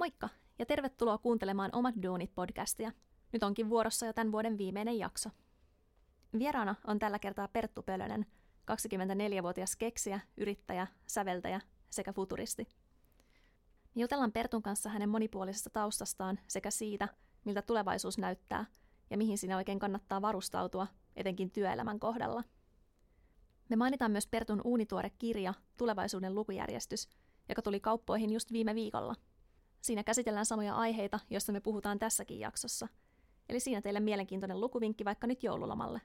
Moikka ja tervetuloa kuuntelemaan Omat Duunit-podcastia. Nyt onkin vuorossa jo tämän vuoden viimeinen jakso. Vieraana on tällä kertaa Perttu Pölönen, 24-vuotias keksijä, yrittäjä, säveltäjä sekä futuristi. Me jutellaan Pertun kanssa hänen monipuolisesta taustastaan sekä siitä, miltä tulevaisuus näyttää ja mihin siinä oikein kannattaa varustautua, etenkin työelämän kohdalla. Me mainitaan myös Pertun uunituore kirja Tulevaisuuden lukujärjestys, joka tuli kauppoihin just viime viikolla. Siinä käsitellään samoja aiheita, joista me puhutaan tässäkin jaksossa. Eli siinä teille mielenkiintoinen lukuvinkki vaikka nyt joululomalle.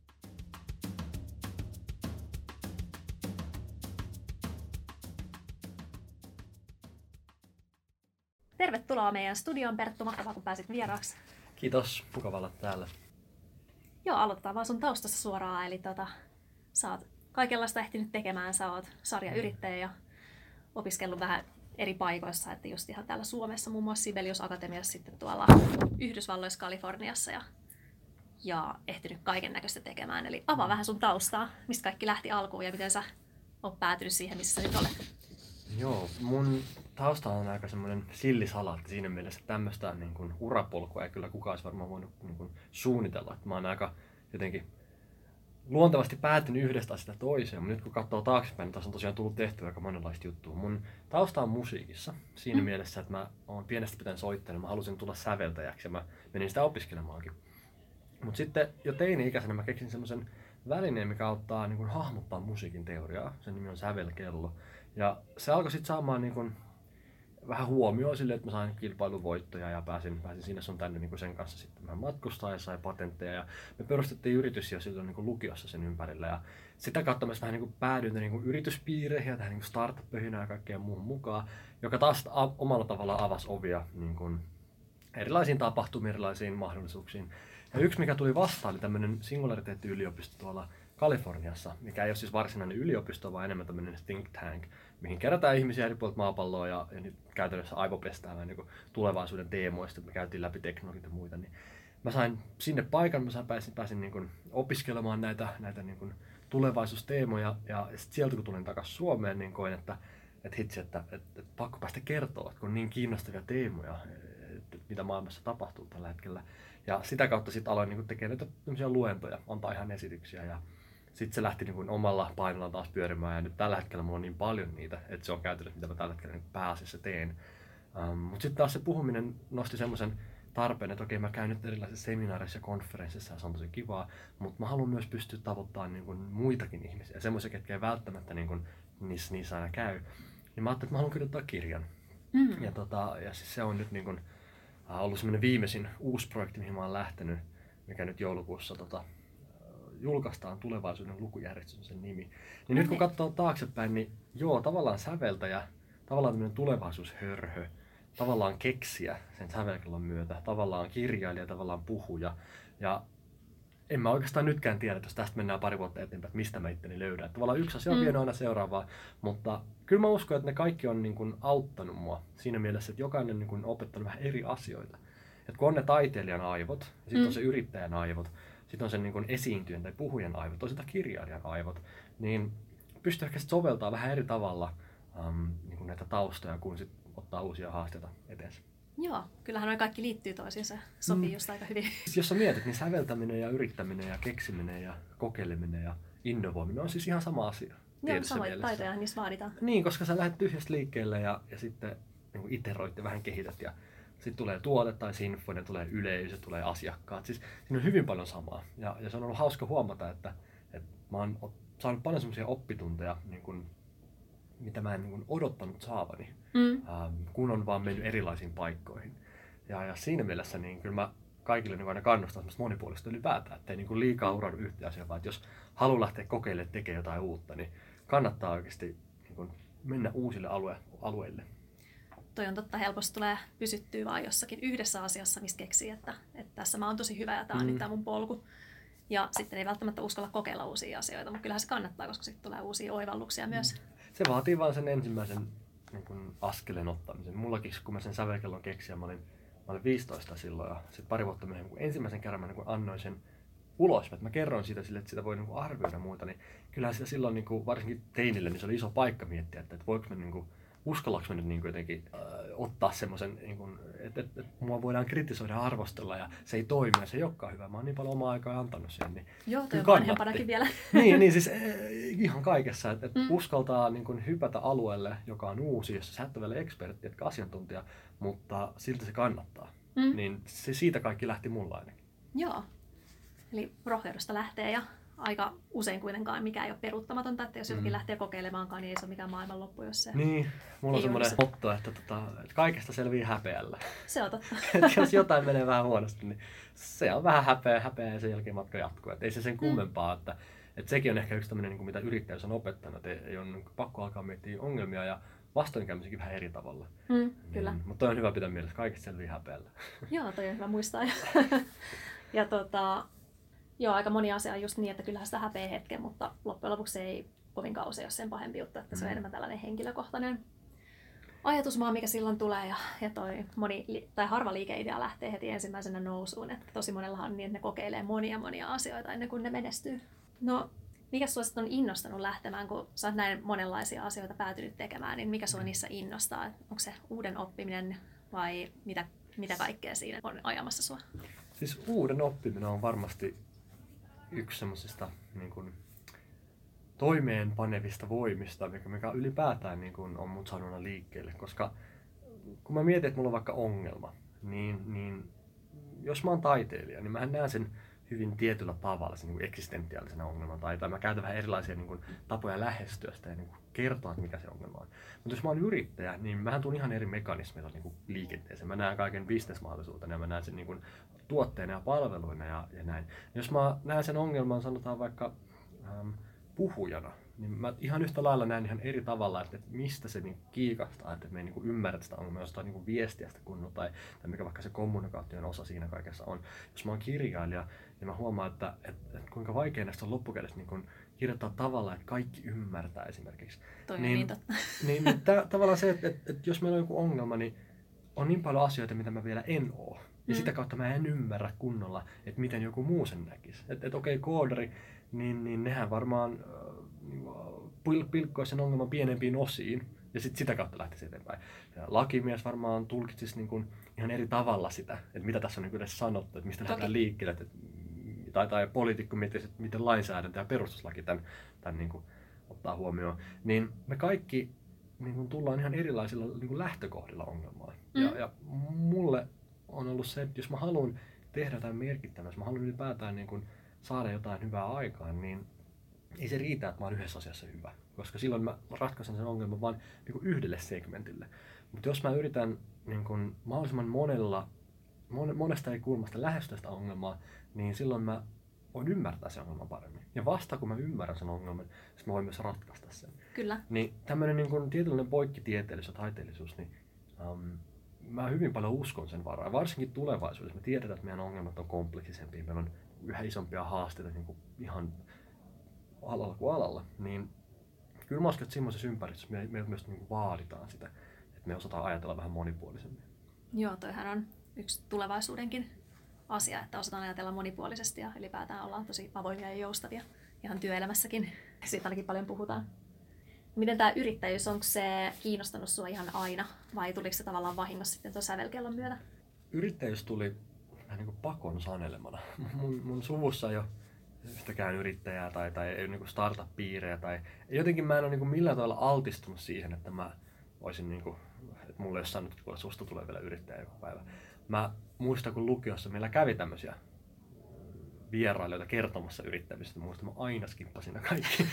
Tervetuloa meidän studioon, Perttu. Mahtavaa, kun pääsit vieraaksi. Kiitos, mukava olla täällä. Joo, aloitetaan vaan sun taustassa suoraan. Eli sä oot kaikenlaista ehtinyt tekemään. Sä oot sarjayrittäjä ja opiskellut vähän eri paikoissa, että just ihan täällä Suomessa, muun muassa Sibelius Akatemiassa, sitten tuolla Yhdysvalloissa, Kaliforniassa ja ehtinyt kaiken näköistä tekemään. Eli avaa vähän sun taustaa, mistä kaikki lähti alkuun ja miten sä oot päätynyt siihen, missä sä nyt olet. Joo, mun tausta on aika semmoinen sillisalaatti siinä mielessä, että tämmöistä niin kuin urapolkua ei kyllä kukaan olisi varmaan voinut niin kuin suunnitella. Että mä oon aika jotenkin luontevasti päätynyt yhdestä asiasta toiseen, mutta nyt kun katsoo taaksepäin, niin tässä on tosiaan tullut tehtyä aika monenlaista juttua. Mun tausta on musiikissa siinä mielessä, että mä oon pienestä pitäen soittanut, mä halusin tulla säveltäjäksi ja mä menin sitä opiskelemaankin. Mutta sitten jo teini-ikäisenä mä keksin semmoisen välineen, mikä auttaa niin kuin hahmottaa musiikin teoriaa. Sen nimi on sävelkello. Ja se alkoi sitten saamaan niin kuin vähän huomioon silleen, että mä sain kilpailuvoittoja ja pääsin sinne sun tänne niin kuin sen kanssa sitten vähän matkustaa ja sai patentteja. Ja me perustettiin yritys jo silloin niin kuin lukiossa sen ympärillä. Ja sitä kautta mä vähän niin kuin päädyin niin kuin yrityspiireihin ja tähän niin kuin startup-pöhinään ja kaikkeen muuhun mukaan, joka taas omalla tavallaan avasi ovia niin kuin erilaisiin tapahtumiin, erilaisiin mahdollisuuksiin. Ja yksi, mikä tuli vastaan, oli tämmöinen Singularity-yliopisto tuolla Kaliforniassa, mikä ei ole siis varsinainen yliopisto, vaan enemmän tämmöinen think tank, mihin kerätään ihmisiä eri puolilta maapalloa ja nyt käytännössä aivopestään vähän niin kuin tulevaisuuden teemoista, me käytiin läpi teknologioita ja muita. Niin mä sain sinne paikan, pääsin niin kuin opiskelemaan näitä niin kuin tulevaisuusteemoja ja sieltä kun tulin takaisin Suomeen, niin koin, että hitsi, että pakko päästä kertoa, että kun on niin kiinnostavia teemoja, että mitä maailmassa tapahtuu tällä hetkellä. Ja sitä kautta sitten aloin niin tekemään näitä luentoja, antaa ihan esityksiä ja sitten se lähti niin omalla painolla taas pyörimään ja nyt tällä hetkellä mulla on niin paljon niitä, että se on käytännössä mitä mä tällä hetkellä niin pääasiassa teen. Mutta sitten taas se puhuminen nosti semmoisen tarpeen, että okei mä käyn nyt erilaisissa seminaareissa ja konferensseissa ja se on tosi kivaa, mutta mä haluan myös pystyä tavoittamaan niin kuin muitakin ihmisiä, semmoisia, ketkä ei välttämättä niin kuin niissä aina käy. Niin mä ajattelin, että mä haluan kirjoittaa kirjan. Ja siis se on nyt niin kuin ollut semmoinen viimeisin uusi projekti, mihin mä oon lähtenyt, mikä nyt joulukuussa julkaistaan Tulevaisuuden lukujärjestys sen nimi. Niin nyt kun katsoo taaksepäin, niin joo, tavallaan säveltäjä, tavallaan tämmöinen tulevaisuushörhö, tavallaan keksijä sen sävelkellon myötä, tavallaan kirjailija, tavallaan puhuja. Ja en mä oikeastaan nytkään tiedä, että jos tästä mennään pari vuotta eteenpäin, että mistä mä itteni löydän. Tavallaan yksi asia on vienyt aina seuraavaa, mutta kyllä mä uskon, että ne kaikki on niin kuin auttanut mua siinä mielessä, että jokainen niin kuin on opettanut vähän eri asioita. Että kun on ne taiteilijan aivot, ja sitten on se yrittäjän aivot, sitten on sen niin kuin esiintyjän tai puhujan aivot, on sitä kirjailijan aivot, niin pystyy ehkä soveltaa vähän eri tavalla niin kuin näitä taustoja, kun sit ottaa uusia haasteita eteensä. Joo, kyllähän noi kaikki liittyy toisiinsa, sopii just aika hyvin. Jos sä mietit, niin säveltäminen ja yrittäminen ja keksiminen ja kokeileminen ja innovoiminen on siis ihan sama asia. Joo, samoja taitoja niissä vaaditaan. Niin, koska sä lähdet tyhjästä liikkeelle ja sitten niin iteroit ja vähän kehität ja sitten tulee tuote tai sinfonia, tulee yleisö, tulee asiakkaat. Siis siinä on hyvin paljon samaa. Ja se on ollut hauska huomata, että mä oon saanut paljon semmoisia oppitunteja, niin kun, mitä mä en niin kun odottanut saavani, kun on vaan mennyt erilaisiin paikkoihin. Ja siinä mielessä niin kyllä mä kaikille niin aina kannustan semmoista monipuolista ylipäätään, ettei niin liikaa uraudu yhteen asiaan, vaan että jos haluaa lähteä kokeilemaan tekemään jotain uutta, niin kannattaa oikeasti niin mennä uusille alueille. Toi on totta, helposti tulee pysyttyä vaan jossakin yhdessä asiassa, mistä keksii, että tässä mä oon tosi hyvä ja tää on nyt tää mun polku. Ja sitten ei välttämättä uskalla kokeilla uusia asioita, mutta kyllähän se kannattaa, koska sitten tulee uusia oivalluksia myös. Se vaatii vaan sen ensimmäisen niin kuin askeleen ottamisen. Mullakin, kun mä sen sävelkellon keksin, mä olin 15 silloin ja sitten pari vuotta myöhemmin, kun ensimmäisen kerran mä niin annoin sen ulos, että mä kerroin siitä sille, että sitä voi niin arvioida muuta, niin kyllähän sitä silloin niin kuin, varsinkin teinille niin se oli iso paikka miettiä, että voiko mä niin kuin uskallaanko mä nyt niin kuin jotenkin ottaa semmoisen, niin että mua voidaan kritisoida ja arvostella ja se ei toimi ja se ei olekaan hyvä. Mä oon niin paljon omaa aikaa antanut siihen, niin joo, toi on vanhempanakin vielä. niin siis ihan kaikessa, että uskaltaa niin kuin hypätä alueelle, joka on uusi, jossa sä et ole vielä ekspertti, etkä asiantuntija, mutta silti se kannattaa. Niin se siitä kaikki lähti mulla ainakin. Joo, eli rohkeudesta lähtee ja aika usein kuitenkaan mikään ei ole peruuttamatonta, että jos jotakin lähtee kokeilemaankaan, niin ei se ole mikään maailmanloppu, jos se niin, mulla on semmoinen motto, että kaikesta selviää häpeällä. Se on totta. Että jos jotain menee vähän huonosti, niin se on vähän häpeä ja sen jälkeen matka jatkuu. Että ei se sen kummempaa, että sekin on ehkä yksi tämmöinen, niin kuin mitä yrittäjyys on opettanut, että ei ole niin pakko alkaa miettiä ongelmia ja vastoinkäymisiäkin vähän eri tavalla. Kyllä. Mutta toi on hyvä pitää mielessä, kaikesta selviää häpeällä. Joo, toi on hyvä muistaa. Ja joo, aika moni asia on just niin, että kyllähän sitä häpeä hetken, mutta loppujen lopuksi se ei kovinkaan usein ole sen pahempi juttu, että se on enemmän tällainen henkilökohtainen ajatusmaa, mikä silloin tulee, ja toi harva liikeidea lähtee heti ensimmäisenä nousuun, että tosi monellahan on niin, että ne kokeilee monia asioita ennen kuin ne menestyy. No, mikä sua sitten on innostanut lähtemään, kun sä oot näin monenlaisia asioita päätynyt tekemään, niin mikä sua niissä innostaa? Onko se uuden oppiminen vai mitä kaikkea siinä on ajamassa sua? Siis uuden oppiminen on varmasti yksi semmoisista niin kuin toimeenpanevista voimista, mikä ylipäätään niin kuin on mut saanut liikkeelle. Koska kun mä mietin, että mulla on vaikka ongelma, niin jos mä oon taiteilija, niin mä näen sen hyvin tietyllä tavalla sen niin kuin eksistentiaalisena ongelman. Tai mä käytän vähän erilaisia niin kuin tapoja lähestyä sitä ja niin kuin kertoa, että mikä se ongelma on. Mutta jos mä oon yrittäjä, niin mähän tuun ihan eri mekanismeilla niin kuin liikenteeseen. Mä näen kaiken bisnesmahdollisuutena ja mä näen sen niin kuin tuotteena ja palveluina ja näin. Jos mä näen sen ongelman, sanotaan vaikka puhujana, niin mä ihan yhtä lailla näen ihan eri tavalla, että mistä se niin kiikastaa, että me ei niin ymmärrä sitä ongelmaa, jos niin viestiä sitä kunnolla tai mikä vaikka se kommunikaation osa siinä kaikessa on. Jos mä oon kirjailija, niin mä huomaan, että kuinka vaikea näistä on loppukädessä niin kirjoittaa tavalla, että kaikki ymmärtää esimerkiksi. Toi on niin totta. Niin tavallaan se, että jos meillä on joku ongelma, niin on niin paljon asioita, mitä mä vielä en oo. Ja sitä kautta mä en ymmärrä kunnolla, että miten joku muu sen näkisi. Että okei, koodari, niin nehän varmaan pilkkoisi sen ongelman pienempiin osiin ja sitä kautta lähtisi eteenpäin. Ja lakimies varmaan tulkitsisi niin kuin ihan eri tavalla sitä, että mitä tässä on niin edes sanottu, että mistä lähdetään liikkeelle. Tai poliitikko miettisi, että miten lainsäädäntö ja perustuslaki tämän niin kuin ottaa huomioon. Niin me kaikki niin kuin tullaan ihan erilaisilla niin kuin lähtökohdilla ongelmaan. Ja mulle on ollut se, että jos mä haluan tehdä jotain merkittävää, jos mä haluan ylipäätään niin kuin saada jotain hyvää aikaan, niin ei se riitä, että mä oon yhdessä asiassa hyvä. Koska silloin mä ratkaisen sen ongelman vain niin kuin yhdelle segmentille. Mutta jos mä yritän niin kuin mahdollisimman monesta eri kulmasta lähestyä sitä ongelmaa, niin silloin mä voin ymmärtää sen ongelman paremmin. Ja vasta kun mä ymmärrän sen ongelman, mä voin myös ratkaista sen. Kyllä. Niin tämmöinen niin kuin tietynlainen poikkitieteellisyys ja taiteellisuus, niin mä hyvin paljon uskon sen varaan. Varsinkin tulevaisuudessa me tiedetään, että meidän ongelmat on kompleksisempia, meillä on yhä isompia haasteita niin kuin ihan alalla kuin alalla. Niin kyllä mä uskon, että semmoisessa ympäristössä me myös niin kuin vaaditaan sitä, että me osataan ajatella vähän monipuolisemmin. Joo, toihan on yksi tulevaisuudenkin asia, että osataan ajatella monipuolisesti ja ylipäätään ollaan tosi avoimia ja joustavia ihan työelämässäkin. Siitä ainakin paljon puhutaan. Miten tämä yrittäjyys, onko se kiinnostanut sinua ihan aina vai tuliko se tavallaan vahingossa sitten tuon sävelkellon myötä? Yrittäjyys tuli vähän niin kuin pakon sanelemana. Mun suvussa ei ole yhtäkään yrittäjää tai ei niin kuin startup-piirejä. Jotenkin mä en ole niin kuin millään tavalla altistunut siihen, että mä olisin, niin kuin, että mulle ei ole sanottu, että susta tulee vielä yrittäjä joka päivä. Mä muistan, kun lukiossa meillä kävi tämmöisiä vierailijoita kertomassa yrittämisestä. Muistan, mä aina skippasin ne kaikki.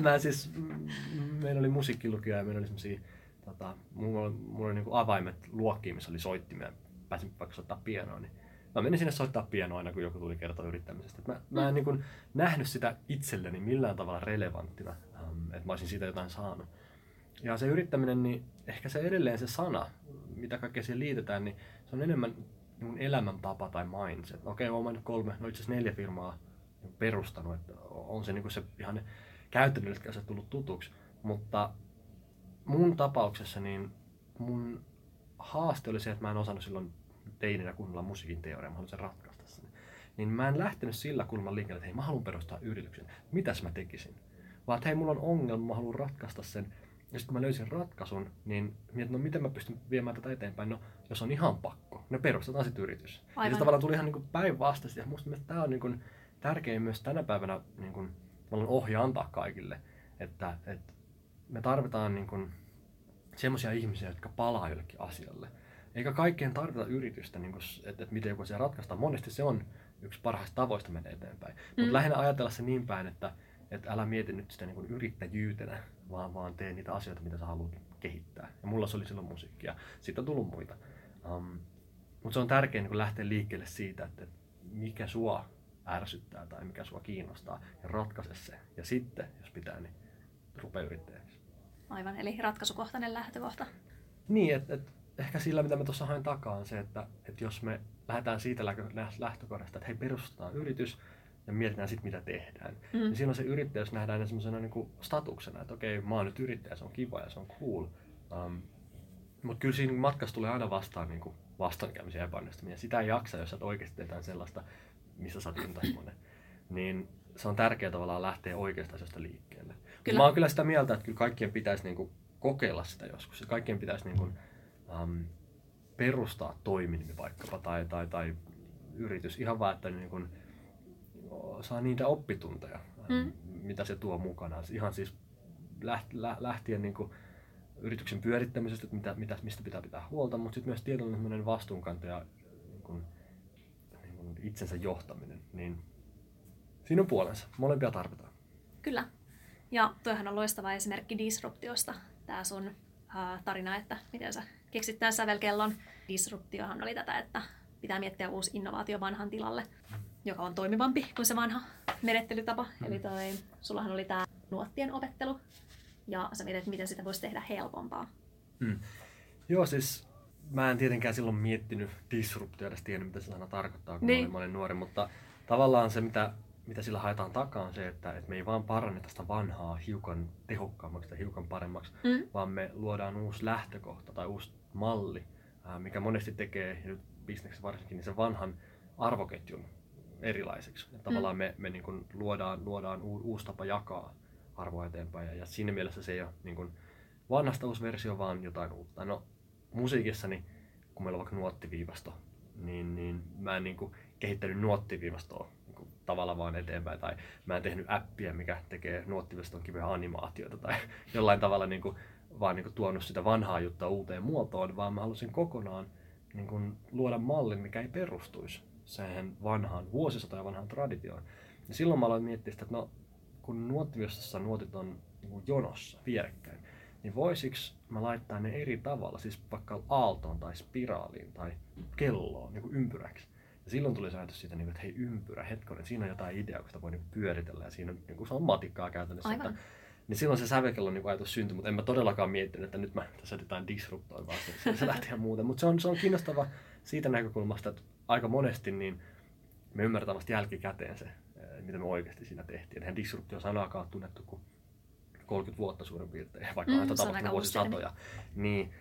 Meillä oli musiikkilukio ja meillä oli semmosia, mulla oli niinku avaimet luokkiin, missä oli soittimia. Pääsin vaikka soittaa pianoa, niin mä menin sinne soittaa pianoa aina, kun joku tuli kertoa yrittämisestä. Mä en niinku nähnyt sitä itselleni millään tavalla relevanttina, että mä olisin siitä jotain saanut. Ja se yrittäminen, niin ehkä se edelleen se sana, mitä kaikkea siihen liitetään, niin se on enemmän niin elämäntapa tai mindset. Okei, olen nyt 3, no itse asiassa 4 firmaa perustanut, että on se, niin se ihan ne käytännölliset asiat tullut tutuksi. Mutta mun tapauksessa niin mun haaste oli se, että mä en osannut silloin teininä kunnolla musiikin teoriaa, mä halusin ratkaista sen. Niin mä en lähtenyt sillä kulmalla liikkeelle, että hei, mä haluan perustaa yrityksen. Mitäs mä tekisin? Vaan että hei, mulla on ongelma, mä haluan ratkaista sen. Ja sitten kun mä löysin ratkaisun, niin mietin, no miten mä pystyn viemään tätä eteenpäin. No, jos on ihan pakko, no perustetaan sitten yritys. Aivan. Ja se tavallaan tuli ihan niin kuin päinvastaisesti. Ja musta tämä on niin kuin tärkein myös tänä päivänä niin kuin ohje antaa kaikille, että me tarvitaan niin kuin semmoisia ihmisiä, jotka palaa jollekin asialle. Eikä kaikkeen tarvita yritystä, niin kuin, että miten joku asia ratkaistaan. Monesti se on yksi parhaista tavoista mennä eteenpäin. Mutta lähinnä ajatella se niin päin, että älä mieti nyt sitä niin kuin yrittäjyytenä, vaan tee niitä asioita, mitä sä haluat kehittää. Ja mulla se oli silloin musiikki ja sitten on tullut muita. Mutta se on tärkeää niin lähteä liikkeelle siitä, että mikä sua ärsyttää tai mikä sua kiinnostaa ja ratkaise se. Ja sitten, jos pitää, niin rupea yrittäjäksi. Aivan, eli ratkaisukohtainen lähtökohta. Niin, että ehkä sillä, mitä mä tuossa hain takaa, on se, että jos me lähdetään siitä lähtökohdasta, että hei, perustetaan yritys ja mietitään sitten, mitä tehdään. Niin silloin se yrittäjyys nähdään semmoisena niin kuin statuksena, että okei, mä oon nyt yrittäjä, se on kiva ja se on cool. Mutta kyllä siinä matkassa tulee aina vastaan niin kuin vastoinkäymisiä ja epäonnistumisia. Sitä ei jaksa, jos sä oikeasti teetään sellaista, missä sä oot intohimoinen. Niin se on tärkeää tavallaan lähteä oikeasta asioista liikkeelle. Mä oon kyllä sitä mieltä, että kyllä kaikkien pitäisi niin kuin kokeilla sitä joskus. Kaikkien pitäisi niin kuin, perustaa toiminimi vaikkapa tai yritys ihan vaan, että niin kuin saa niitä oppitunteja, mitä se tuo mukanaan. Ihan siis lähtien niin kuin yrityksen pyörittämisestä, että mistä pitää huolta, mutta sitten myös tietynlainen vastuunkanto ja niin kuin itsensä johtaminen. Niin siinä on puolensa. Molempia tarvitaan. Kyllä. Ja toihan on loistava esimerkki disruptiosta. Tämä sun tarina, että miten sä keksit tämän sävelkellon. Disruptiohan oli tätä, että pitää miettiä uusi innovaatio vanhan tilalle, joka on toimivampi kuin se vanha menettelytapa. Eli sullahan oli tämä nuottien opettelu, ja sä mietit, miten sitä voisi tehdä helpompaa. Joo, siis mä en tietenkään silloin miettinyt disruptio, edes tiennyt, mitä se sana tarkoittaa, kun mä olin nuori, mutta tavallaan se, mitä sillä haetaan takaa, on se, että me ei vaan paranneta sitä vanhaa hiukan tehokkaammaksi tai hiukan paremmaksi, vaan me luodaan uusi lähtökohta tai uusi malli, mikä monesti tekee, ja nyt bisneksessä varsinkin, niin sen vanhan arvoketjun erilaiseksi. Ja tavallaan me niin kuin luodaan uusi tapa jakaa arvoa eteenpäin, ja siinä mielessä se ei ole niin kuin vanhasta uusi versio, vaan jotain uutta. No, musiikissani, kun meillä on vaikka nuottiviivasto, niin mä en niin kuin kehittänyt nuottiviivastoa tavalla vaan eteenpäin, tai mä en tehnyt appia, mikä tekee nuottiviivaston kivoja animaatioita, tai jollain tavalla niin kuin, vaan niin kuin tuonut sitä vanhaa juttua uuteen muotoon, vaan mä halusin kokonaan niin kuin luoda mallin, mikä ei perustuisi siihen vanhaan vuosisatojen vanhaan traditioon. Ja silloin mä aloin miettiä sitä, että no, kun nuottiviivastossa nuotit on niin kuin jonossa vierekkäin, niin voisiko mä laittaa ne eri tavalla, siis vaikka aaltoon tai spiraaliin tai kelloon, niin kuin ympyräksi. Ja silloin tuli se ajatus siitä, että hei, ympyrä, hetkonen, siinä on jotain ideaa, kun sitä voi pyöritellä ja siinä on, se on matikkaa käytännössä. Että, niin silloin se sävelkellon ajatus syntyi, mutta en mä todellakaan miettinyt, että nyt mä tässä jotain disruptoin, vaan se lähti ihan muuten. Mutta se on kiinnostava siitä näkökulmasta, että aika monesti niin me ymmärretään vasta jälkikäteen se, mitä me oikeasti siinä tehtiin. Eihän disruptio-sanaakaan tunnettu kuin 30 vuotta suurin piirtein, vaikka on tapahtunut vuosisatoja. Niin,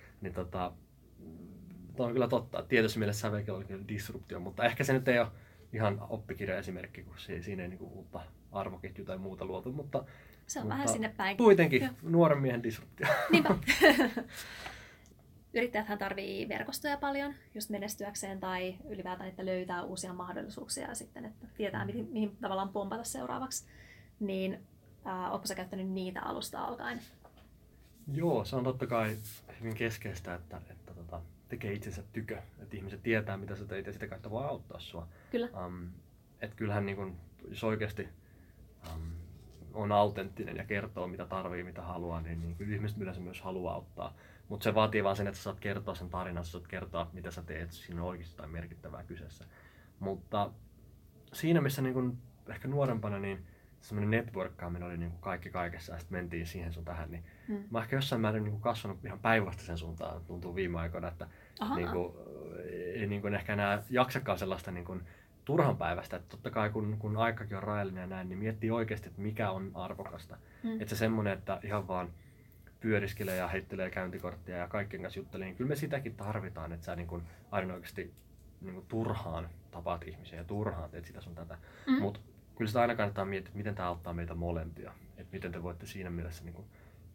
on kyllä totta. Tietysti mielessä sävelkello oli kyllä disruptio, mutta ehkä se nyt ei ole ihan oppikirjaesimerkki, kun siinä ei niinku uutta arvoketjua tai muuta luotu. Mutta, se on vähän sinne päin. Kuitenkin nuoren miehen disruptio. Niinpä. Yrittäjäthän tarvii verkostoja paljon just menestyäkseen tai ylipäätään, että löytää uusia mahdollisuuksia ja sitten, että tietää mihin tavallaan pompata seuraavaksi. Niin ootko sä käyttänyt niitä alusta alkaen? Joo, se on totta kai hyvin keskeistä, että tekee itsensä tykö, että ihmiset tietää, mitä sä teit ja sitä kautta voi auttaa sua. Kyllä. Että kyllähän niin kun, jos oikeasti on autenttinen ja kertoo mitä tarvii, mitä haluaa, niin kyllä ihmiset yleensä myös haluaa auttaa. Mutta se vaatii vaan sen, että sä saat kertoa sen tarinan, sä saat kertoa mitä sä teet, siinä on oikeasti jotain merkittävää kyseessä. Mutta siinä missä niin kun, ehkä nuorempana niin semmoinen networkkaaminen oli niin kuin kaikki kaikessa ja sitten mentiin siihen sun tähän, niin mä ehkä jossain määrin niin kuin kasvanut ihan päinvastaisen suuntaan, tuntuu viime aikoina, että niin kuin, ei niin kuin ehkä enää jaksakaan sellaista niin kuin turhanpäiväistä, että totta kai kun aikakin on rajallinen ja näin, niin miettii oikeasti, että mikä on arvokasta. Että se semmoinen, että ihan vaan pyöriskelee ja heittelee käyntikorttia ja kaikkien kanssa juttelee, niin kyllä me sitäkin tarvitaan, että sä niin kuin aina oikeasti niin kuin turhaan tapaat ihmisiä ja turhaan teet sitä sun tätä. Mut kyllä sitä aina kannattaa miettiä, että miten tämä auttaa meitä molempia. Että miten te voitte siinä mielessä niin kuin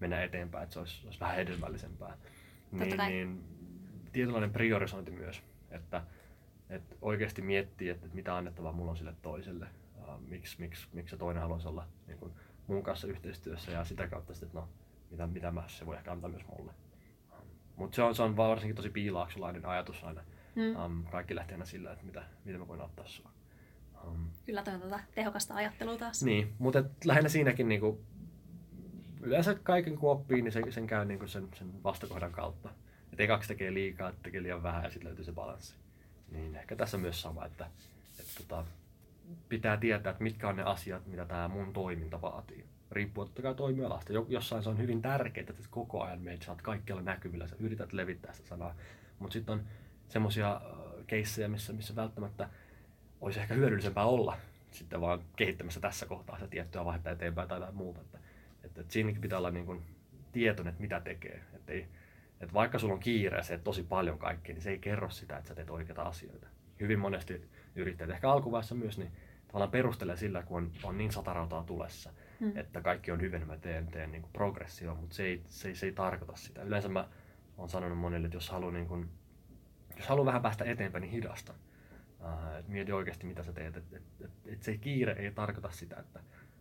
mennä eteenpäin, että se olisi vähän hedelmällisempää. Niin tietynlainen priorisointi myös, että oikeasti miettii, että mitä annettavaa mulla on sille toiselle, miksi se toinen haluaisi olla niin kuin mun kanssa yhteistyössä ja sitä kautta sitten, että mitä se voi ehkä antaa myös mulle. Mutta se on varsinkin tosi piilaaksulainen ajatus aina. Kaikki lähtee aina sillä, että mitä mä voin auttaa sua. Kyllä toi on tehokasta ajattelua taas. Niin, mutta lähinnä siinäkin niinku, yleensä kaiken kun oppii, niin sen käy niinku sen vastakohdan kautta. Et ekaksi tekee liikaa, tekee liian vähän ja sitten löytyy se balanssi. Niin ehkä tässä on myös sama, että pitää tietää, että mitkä on ne asiat, mitä tämä mun toiminta vaatii. Riippuu totta kai toimialasta. Jossain se on hyvin tärkeää, että koko ajan sä oot kaikkialla näkyvillä, sä yrität levittää sitä sanaa. Mutta sitten on semmoisia keissejä, missä välttämättä olisi ehkä hyödyllisempää olla sitten vaan kehittämässä tässä kohtaa sitä tiettyä vaihetta eteenpäin tai jotain muuta. Että siinäkin pitää olla niin kuin tietoinen, että mitä tekee. Että vaikka sulla on kiire ja se tosi paljon kaikkea, niin se ei kerro sitä, että sä teet oikeita asioita. Hyvin monesti yrittäjät, ehkä alkuvaiheessa myös, niin tavallaan perustelee sillä, kun on niin satarautaa tulessa, että kaikki on hyvin, mä teen niin kuin progressio, mutta se ei tarkoita sitä. Yleensä mä oon sanonut monille, että jos haluaa vähän päästä eteenpäin, niin hidasta. Mieti oikeasti, mitä sä teet. Et se kiire ei tarkoita sitä, että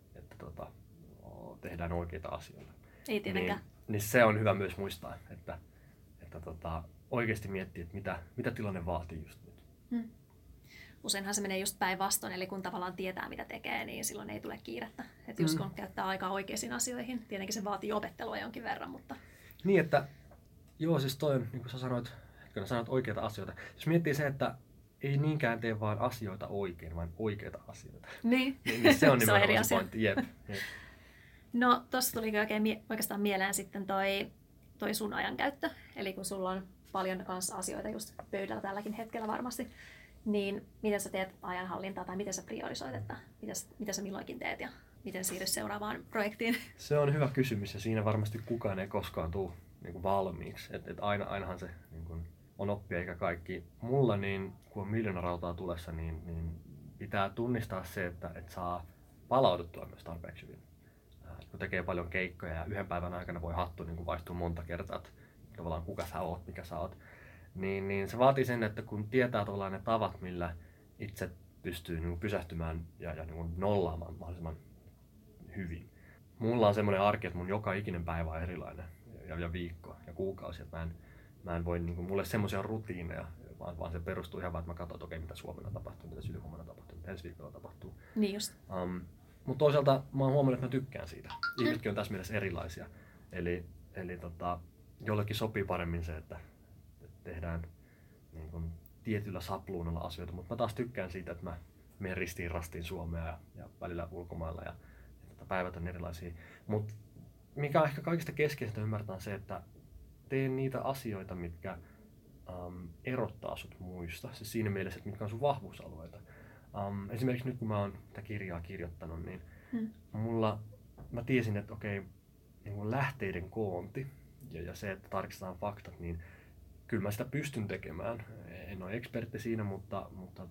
tehdään oikeita asioita. Ei tietenkään. Niin se on hyvä myös muistaa, että oikeasti miettiä, että mitä tilanne vaatii just nyt. Useinhan se menee just päinvastoin, eli kun tavallaan tietää, mitä tekee, niin silloin ei tule kiirettä. Että just kun käyttää aikaa oikeisiin asioihin, tietenkin se vaatii opettelua jonkin verran, mutta... Niin, että joo, siis toi on, niin kuin sä sanoit oikeita asioita. Jos miettii se, että ei niinkään tee vaan asioita oikein, vaan oikeita asioita. Niin. niin se on nimenomaan se pointti. Jep. No, tossa tuli oikeastaan mieleen sitten toi sun ajankäyttö. Eli kun sulla on paljon kanssa asioita just pöydällä tälläkin hetkellä varmasti, niin miten sä teet ajanhallintaa tai miten sä priorisoit, että mitä sä milloinkin teet ja miten siirryt seuraavaan projektiin? Se on hyvä kysymys ja siinä varmasti kukaan ei koskaan tule niin valmiiksi. Ainahan se niin kuin on oppia eikä kaikki. Mulla niin, kun on miljoonarautaa tulessa, niin pitää tunnistaa se, että saa palauduttua myös tarpeeksi hyvin. Kun tekee paljon keikkoja ja yhden päivän aikana voi hattu niin vaihtua monta kertaa, että tavallaan kuka sä oot, mikä sä oot, niin se vaatii sen, että kun tietää tavallaan ne tavat, millä itse pystyy niin pysähtymään ja niin nollaamaan mahdollisimman hyvin. Mulla on semmoinen arki, että mun joka ikinen päivä on erilainen ja viikko ja kuukausi, että mä en voi, niin kuin, mulle semmoisia rutiineja, vaan se perustuu ihan vaan, että mä katson, että okei, mitä Suomella tapahtuu, mitä Sylihuomenna tapahtuu, mitä ensi viikolla tapahtuu. Niin just. Mutta toisaalta mä oon huomannut, että mä tykkään siitä. Ihmisetkin on tässä mielessä erilaisia. Eli jollekin sopii paremmin se, että tehdään niin kuin tietyllä sapluunalla asioita, mutta mä taas tykkään siitä, että mä menen ristiin rastiin Suomea ja välillä ulkomailla ja päivät on erilaisia. Mutta mikä on ehkä kaikista keskeisintä ymmärtää se, että teen niitä asioita, mitkä erottaa sut muista. Se siinä mielessä, että mitkä on sun vahvuusalueita. Esimerkiksi nyt kun mä oon tätä kirjaa kirjoittanut, niin mä tiesin, että okei, niin lähteiden koonti ja se, että tarkistetaan faktat, niin kyllä mä sitä pystyn tekemään. En ole ekspertti siinä, mutta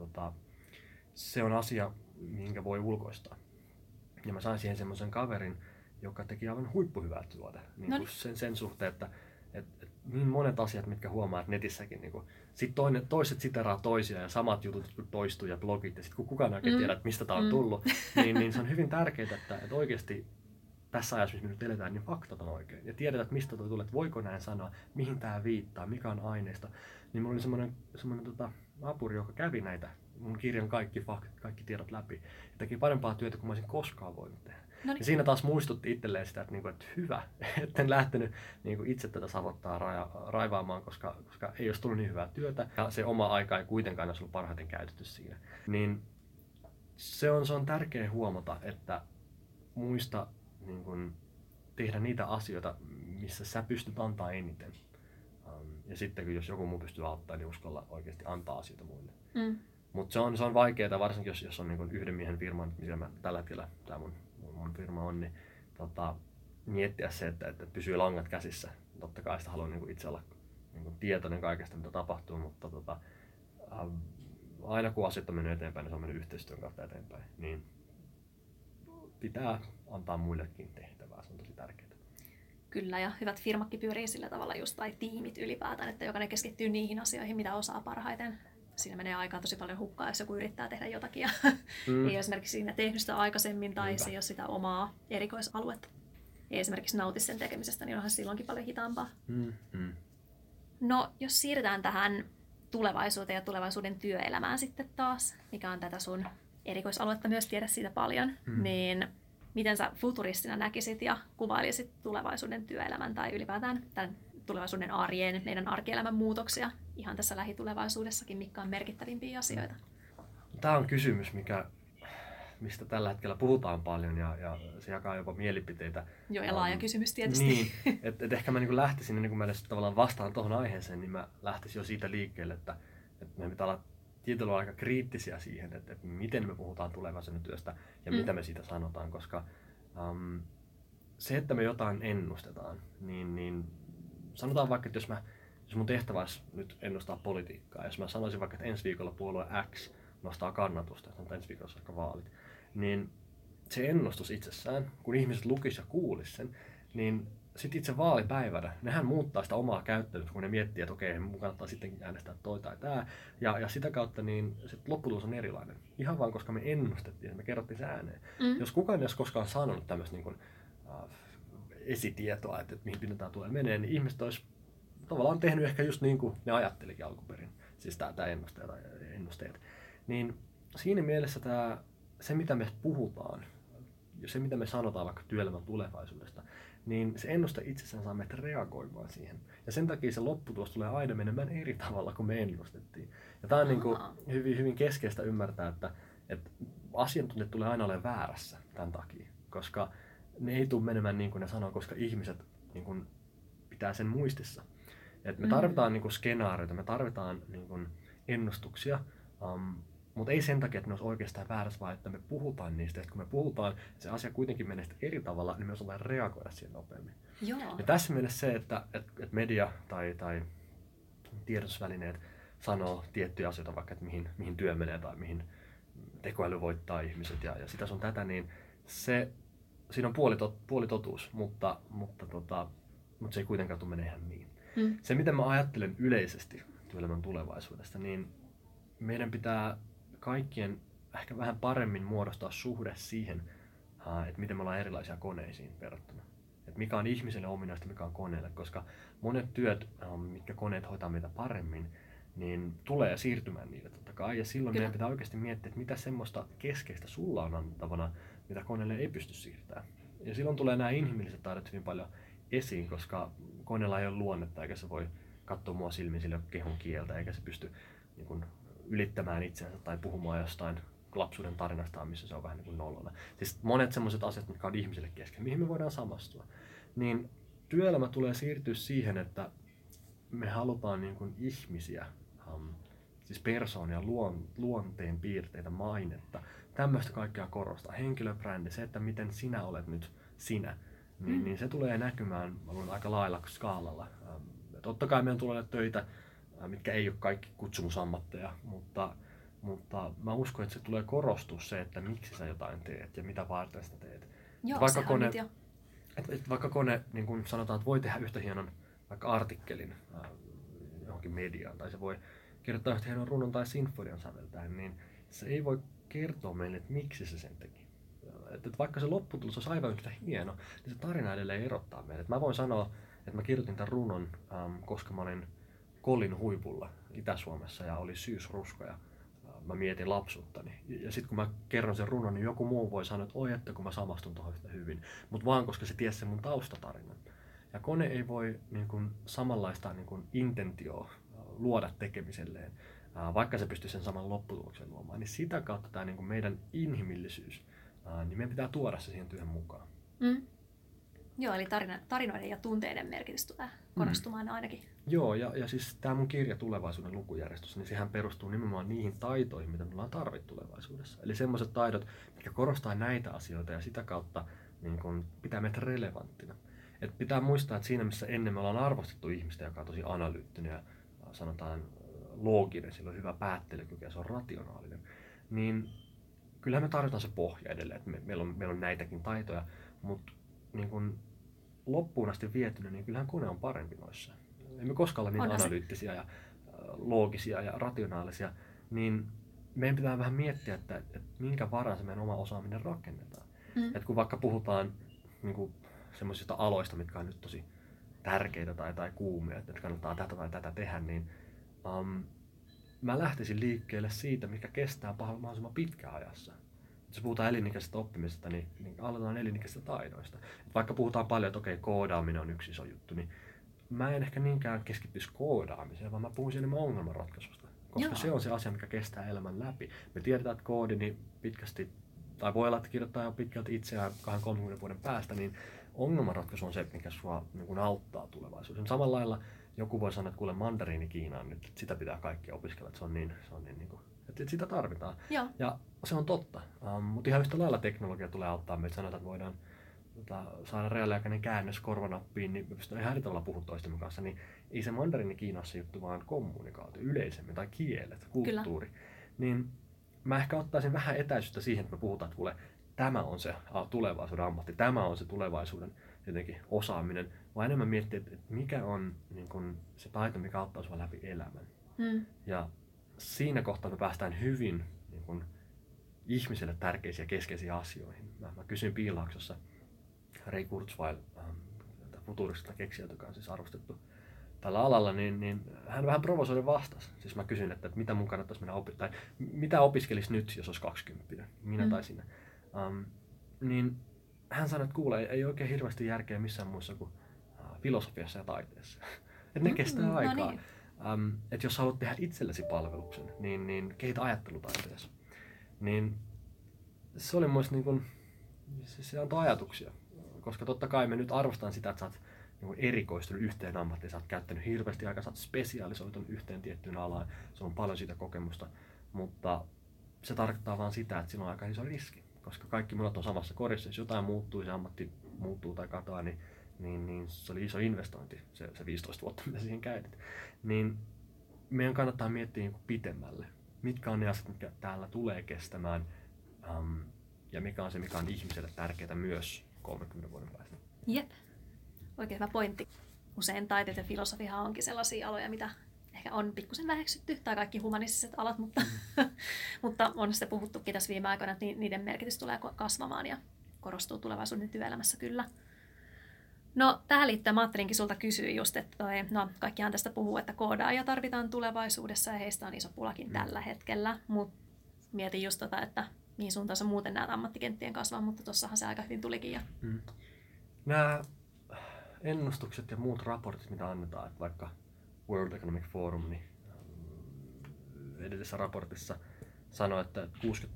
se on asia, minkä voi ulkoistaa. Ja mä sain siihen semmoisen kaverin, joka teki aivan huippuhyvää työtä niin sen suhteen, että niin monet asiat, mitkä huomaat netissäkin, niin sit toiset siteraa toisia ja samat jutut toistuu ja blogit, ja sitten kun kukaan oikein tiedä, että mistä tämä on tullut, niin se on hyvin tärkeää, että oikeasti tässä ajassa, missä me nyt eletään, niin faktat on oikein. Ja tiedetään, että mistä tuo tulee, että voiko näin sanoa, mihin tämä viittaa, mikä on aineista. Niin mulla oli semmoinen apuri, joka kävi näitä mun kirjan kaikki tiedot läpi. Ja teki parempaa työtä kuin mä olisin koskaan voinut tehdä. Noniin. Ja siinä taas muistutti itselleen sitä, että hyvä, etten lähtenyt itse tätä savottaa raivaamaan, koska ei olisi tullut niin hyvää työtä. Ja se oma aika ei kuitenkaan olisi ollut parhaiten käytetty siinä. Niin se on tärkeä huomata, että muista tehdä niitä asioita, missä sä pystyt antaa eniten. Ja sitten jos joku muu pystyy auttamaan, niin uskalla oikeasti antaa asioita muille. Mutta se on vaikeaa, varsinkin jos on yhden miehen firma, missä mä tällä hetkellä tämä mun firma on, niin miettiä se, että pysyy langat käsissä. Totta kai sitä haluan itse olla tietoinen kaikesta, mitä tapahtuu, mutta aina kun asiat on mennyt eteenpäin, niin se on mennyt yhteistyön kautta eteenpäin. Niin pitää antaa muillekin tehtävää, se on tosi tärkeää. Kyllä, ja hyvät firmakki pyörii sillä tavalla just, tai tiimit ylipäätään, että jokainen keskittyy niihin asioihin, mitä osaa parhaiten. Siinä menee aikaa tosi paljon hukkaa, jos joku yrittää tehdä jotakin ja ei ole esimerkiksi siinä tehnyt sitä aikaisemmin tai se ei ole sitä omaa erikoisaluetta. Ei esimerkiksi nauti sen tekemisestä, niin onhan silloinkin paljon hitaampaa. No, jos siirrytään tähän tulevaisuuteen ja tulevaisuuden työelämään sitten taas, mikä on tätä sun erikoisaluetta myös, tiedä siitä paljon, niin miten sä futuristina näkisit ja kuvailisit tulevaisuuden työelämän tai ylipäätään tämän tulevaisuuden arjen, meidän arkielämän muutoksia ihan tässä lähitulevaisuudessakin, mitkä on merkittävimpiä asioita? Tämä on kysymys, mistä tällä hetkellä puhutaan paljon ja se jakaa jopa mielipiteitä. Joo, ja laaja kysymys tietysti. Niin, että ehkä mä niin lähtisin, ennen kuin mä edes tavallaan vastaan tuohon aiheeseen, niin mä lähtisin jo siitä liikkeelle, että meidän pitää olla tietyllä lailla aika kriittisiä siihen, että miten me puhutaan tulevaisuuden työstä ja mitä me siitä sanotaan, koska se, että me jotain ennustetaan, niin sanotaan vaikka, että jos mun tehtävä olisi nyt ennustaa politiikkaa, jos mä sanoisin vaikka, että ensi viikolla puolue X nostaa kannatusta, että ensi viikolla on vaalit, niin se ennustus itsessään, kun ihmiset lukis ja kuulis sen, niin sitten itse vaalipäivänä, nehän muuttaa sitä omaa käyttäytymistä, kun ne miettii, että okei, mun kannattaa sittenkin äänestää toi tai tää. Ja sitä kautta niin se lopputulos on erilainen. Ihan vaan koska me ennustettiin ja me kerrottiin se ääneen. Jos kukaan ei olisi koskaan sanonut tämmöistä niin kuin, esitietoa, että mihin tämä tulee menee, niin ihmiset olisi tavallaan tehnyt ehkä just niin kuin ne ajattelikin alkuperin. Siis tämä ennusteet. Niin siinä mielessä se, mitä me puhutaan, ja se, mitä me sanotaan vaikka työelämän tulevaisuudesta, niin se ennuste itsessään saa meitä reagoimaan siihen. Ja sen takia se lopputulos tulee aina menemään eri tavalla kuin me ennustettiin. Ja tämä on niin kuin hyvin, hyvin keskeistä ymmärtää, että asiantuntijat tulee aina olemaan väärässä tämän takia. Koska ne ei tule menemään niin kuin ne sanoo, koska ihmiset niin kuin pitää sen muistissa. Et me tarvitaan niin kuin skenaarioita, me tarvitaan niin kuin ennustuksia, mutta ei sen takia, että ne olisi oikeastaan väärässä, vaan että me puhutaan niistä. Ja kun me puhutaan, se asia kuitenkin menee eri tavalla, niin me osataan reagoida siihen nopeammin. Joo. Ja tässä mielessä se, että media tai tiedotusvälineet sanoo tiettyjä asioita, vaikka että mihin työ menee tai mihin tekoäly voittaa ihmiset ja sitä sun tätä, niin siinä on puoli totuus, mutta se ei kuitenkaan tule menee ihan niin. Se, mitä mä ajattelen yleisesti työelämän tulevaisuudesta, niin meidän pitää kaikkien ehkä vähän paremmin muodostaa suhde siihen, että miten me ollaan erilaisia koneisiin verrattuna. Että mikä on ihmiselle ominaista, mikä on koneelle, koska monet työt, mitkä koneet hoitaa meitä paremmin, niin tulee siirtymään niille totta kai. Ja silloin meidän pitää oikeasti miettiä, että mitä semmoista keskeistä sulla on annettavana, mitä koneelle ei pysty siirtämään. Ja silloin tulee nämä inhimilliset taidot hyvin paljon esiin, koska koneella ei ole luonnetta, eikä se voi katsoa mua silmiin, sillä kehon kieltä, eikä se pysty niin kuin ylittämään itseänsä tai puhumaan jostain lapsuuden tarinastaan, missä se on vähän niin kuin nollana. Siis monet semmoiset asiat, mitkä on ihmisille kesken, mihin me voidaan samastua. Niin työelämä tulee siirtyä siihen, että me halutaan niin kuin ihmisiä, siis persoonia, luonteen piirteitä, mainetta, tämmöistä kaikkea korostaa. Henkilöbrändi, se, että miten sinä olet nyt sinä, niin se tulee näkymään aika lailla skaalalla. Totta kai meidän tulee olla töitä, mitkä ei ole kaikki kutsumusammatteja, mutta mä uskon, että se tulee korostua se, että miksi sä jotain teet ja mitä varten sitä teet. Joo, vaikka kone, niin kun sanotaan, että voi tehdä yhtä hienon vaikka artikkelin johonkin mediaan, tai se voi kirjoittaa yhtä hienon runon tai sinfonian säveltäen, niin se ei voi kertoa meille, että miksi se sen teki. Että vaikka se lopputulos olisi aivan yhtä hieno, niin se tarina edelleen erottaa meille. Mä voin sanoa, että mä kirjoitin tämän runon, koska mä olin Kolin huipulla Itä-Suomessa ja oli syysrusko ja mä mietin lapsuuttani. Ja sitten kun mä kerron sen runon, niin joku muu voi sanoa, että oi, että kun mä samastun tuohon yhtä hyvin. Mutta vaan koska se tiesi sen mun taustatarinan. Ja kone ei voi niin kun, samanlaista niin kun, intentioa luoda tekemiselleen, vaikka se pystyy sen saman lopputuloksen luomaan. Niin sitä kautta tämä niin kun meidän inhimillisyys, niin meidän pitää tuoda se siihen työhön mukaan. Joo, eli tarinoiden ja tunteiden merkitys tulee korostumaan ainakin. Joo, ja siis tämä mun kirja Tulevaisuuden lukujärjestys, niin sehän perustuu nimenomaan niihin taitoihin, mitä me ollaan tarvittu tulevaisuudessa. Eli semmoiset taidot, mitkä korostaa näitä asioita ja sitä kautta niin kun pitää meitä relevanttina. Et pitää muistaa, että siinä missä ennen me ollaan arvostettu ihmistä, joka on tosi analyyttinen ja sanotaan looginen, sillä on hyvä päättelykyky ja se on rationaalinen, niin kyllähän me tarvitaan se pohja edelleen, että meillä on näitäkin taitoja, mutta niin kun loppuun asti vietynä, niin kyllähän kone on parempi noissa. Emme koskaan ole niin analyyttisiä ja loogisia ja rationaalisia, niin meidän pitää vähän miettiä, että minkä varaan se meidän oma osaaminen rakennetaan. Että kun vaikka puhutaan niin semmoisista aloista, mitkä on nyt tosi tärkeitä tai kuumia, että kannattaa tätä tai tätä tehdä, niin mä lähtisin liikkeelle siitä, mikä kestää mahdollisimman pitkään ajassa. Jos puhutaan elinikäisestä oppimisesta, niin aloitetaan elinikäisistä taidoista. Vaikka puhutaan paljon, että okei, koodaaminen on yksi iso juttu, niin mä en ehkä niinkään keskittyisi koodaamiseen, vaan mä puhuisin enemmän ongelmanratkaisusta. Koska se on se asia, mikä kestää elämän läpi. Me tiedetään, että koodi niin pitkästi, tai voi olla, että kirjoittaa jo pitkälti itseään 20-30 vuoden päästä, niin ongelmanratkaisu on se, mikä sua niin auttaa tulevaisuudessa. Samalla lailla joku voi sanoa, että kuule mandariini Kiinaan nyt, että sitä pitää kaikki opiskella, että se on niin kuin, että sitä tarvitaan. Joo. Ja se on totta, mutta ihan yhtä lailla teknologia tulee auttaa meitä. Sanotaan, että voidaan saada reaaliaikainen käännös korvanappiin, niin me pystytään ihan eri tavalla puhua toistemme kanssa, niin ei se mandariini Kiinassa juttu, vaan kommunikaatio yleisemmin, tai kielet, kulttuuri. Kyllä. Niin mä ehkä ottaisin vähän etäisyyttä siihen, että me puhutaan, että kuule, tämä on se tulevaisuuden ammatti, tämä on se tulevaisuuden jotenkin osaaminen, vaan enemmän miettiä, että mikä on niin kun se taito, mikä auttaa sua läpi elämän. Ja siinä kohtaa me päästään hyvin niin kun ihmiselle tärkeisiä keskeisiä asioihin. Mä kysyin Piilaaksossa Ray Kurzweil, futuristista keksijältä, joka on siis arvostettu tällä alalla, niin hän vähän provosoiden vastasi. Siis mä kysyin, että mitä mun kannattaisi mennä tai mitä opiskelisi nyt, jos olisi 20, minä tai sinä. Niin hän sanoi, että kuule, ei oikein hirveästi järkeä missään muissa kuin filosofiassa ja taiteessa. Että ne kestää aikaa. No niin. Että jos haluat tehdä itsellesi palveluksen, niin kehitä ajattelutaiteessa. Niin se oli mun niin kuin, se antoi ajatuksia. Koska totta kai me nyt arvostan sitä, että sä oot niin erikoistunut yhteen ammattiin, sä oot käyttänyt hirveästi aikaa, sä oot spesialisoitunut yhteen tiettyyn alaan, se on paljon siitä kokemusta, mutta se tarkoittaa vaan sitä, että siinä on aika iso riski, koska kaikki munat on samassa korissa, jos jotain muuttuu, se ammatti muuttuu tai katoaa, niin se oli iso investointi, se 15 vuotta, mitä siihen käytit. Niin meidän kannattaa miettiä niin pitemmälle, mitkä on ne asiat, mitkä täällä tulee kestämään, ja mikä on se, mikä on ihmiselle tärkeää myös 30 vuoden päästä. Jep. Oikein hyvä pointti. Usein taiteet ja filosofia onkin sellaisia aloja, mitä ehkä on pikkusen väheksytty, tai kaikki humanistiset alat, mutta on sitten puhuttukin tässä viime aikoina, että niiden merkitys tulee kasvamaan ja korostuu tulevaisuuden työelämässä kyllä. No tähän liittyen mä ajattelinkin sulta kysyä just, että kaikkihan tästä puhuu, että koodaajia tarvitaan tulevaisuudessa ja heistä on iso pulakin tällä hetkellä, mutta mietin just että mihin suuntaan sä muuten näet ammattikenttien kasvaa, mutta tossahan se aika hyvin tulikin. Ja nämä ennustukset ja muut raportit, mitä annetaan, että vaikka World Economic Forum, niin edellisessä raportissa sanoi, että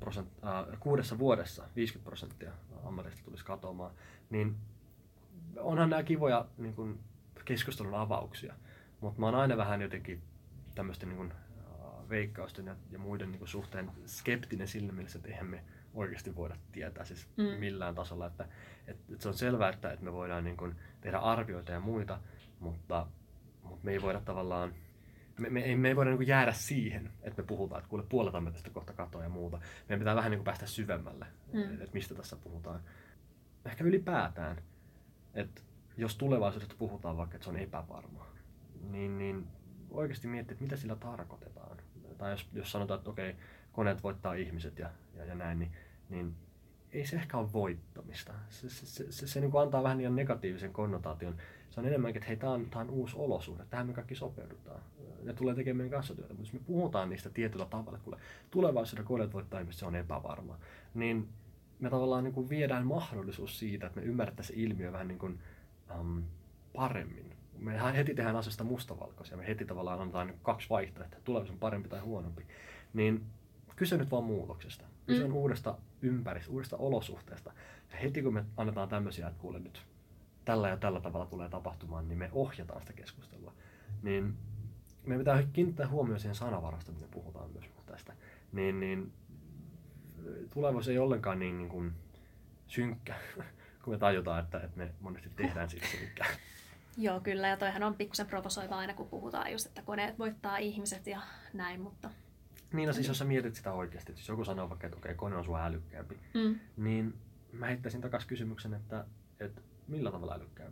6 vuodessa 50% ammatista tulisi katoamaan, niin onhan nämä kivoja niin kuin keskustelun avauksia, mutta mä oon aina vähän jotenkin tämmöisten niin kuin veikkausten ja muiden niin kuin suhteen skeptinen sillä mielessä, että eihän me oikeasti voida tietää siis millään tasolla, että se on selvää, että me voidaan niin kuin tehdä arvioita ja muita, mutta me ei voida tavallaan, me ei voida niin kuin jäädä siihen, että me puhutaan, että kuule puolet ammatista kohta katoa ja muuta. Meidän pitää vähän niin kuin päästä syvemmälle, että mistä tässä puhutaan. Ehkä ylipäätään, että jos tulevaisuudesta puhutaan vaikka, että se on epävarmaa, niin oikeasti miettiä, että mitä sillä tarkoitetaan. Tai jos sanotaan, että okei, koneet voittaa ihmiset ja näin, niin ei se ehkä ole voittamista. Se niin kuin antaa vähän liian negatiivisen konnotaation. Se on enemmänkin, että hei, tää on uusi olosuhde, tähän me kaikki sopeudutaan. Ne tulee tekemään meidän kanssa työtä, mutta jos me puhutaan niistä tietyllä tavalla, että tulevaisuuden koneet voittaa ihmiset, se on epävarma, niin me tavallaan niin kuin viedään mahdollisuus siitä, että me ymmärrettäisiin ilmiö vähän niin kuin, paremmin. Me heti tehdään asioista mustavalkoisia, me heti tavallaan annetaan 2 vaihtoehtoa, tulevaisuus on parempi tai huonompi. Niin kyse nyt vaan muutoksesta. Kyse on uudesta ympäristöstä, uudesta olosuhteesta. Ja heti kun me annetaan tämmöisiä, että kuule nyt tällä ja tällä tavalla tulee tapahtumaan, niin me ohjataan sitä keskustelua. Niin meidän pitää kiinnittää huomioon siihen sanavarasta, mitä puhutaan myös tästä. Niin tulevaisuus ei ollenkaan niin kuin synkkä, kun me tajutaan, että me monesti tehdään siitä synkkää. Joo, kyllä. Ja toihan on pikkusen provosoivaa aina, kun puhutaan just, että koneet voittaa ihmiset ja näin, mutta niin, no siis jos sä mietit sitä oikeasti, että jos joku sanoo vaikka, että okei, kone on sua älykkäämpi, niin mä heittäisin takaisin kysymyksen, että millä tavalla älykkäämpi?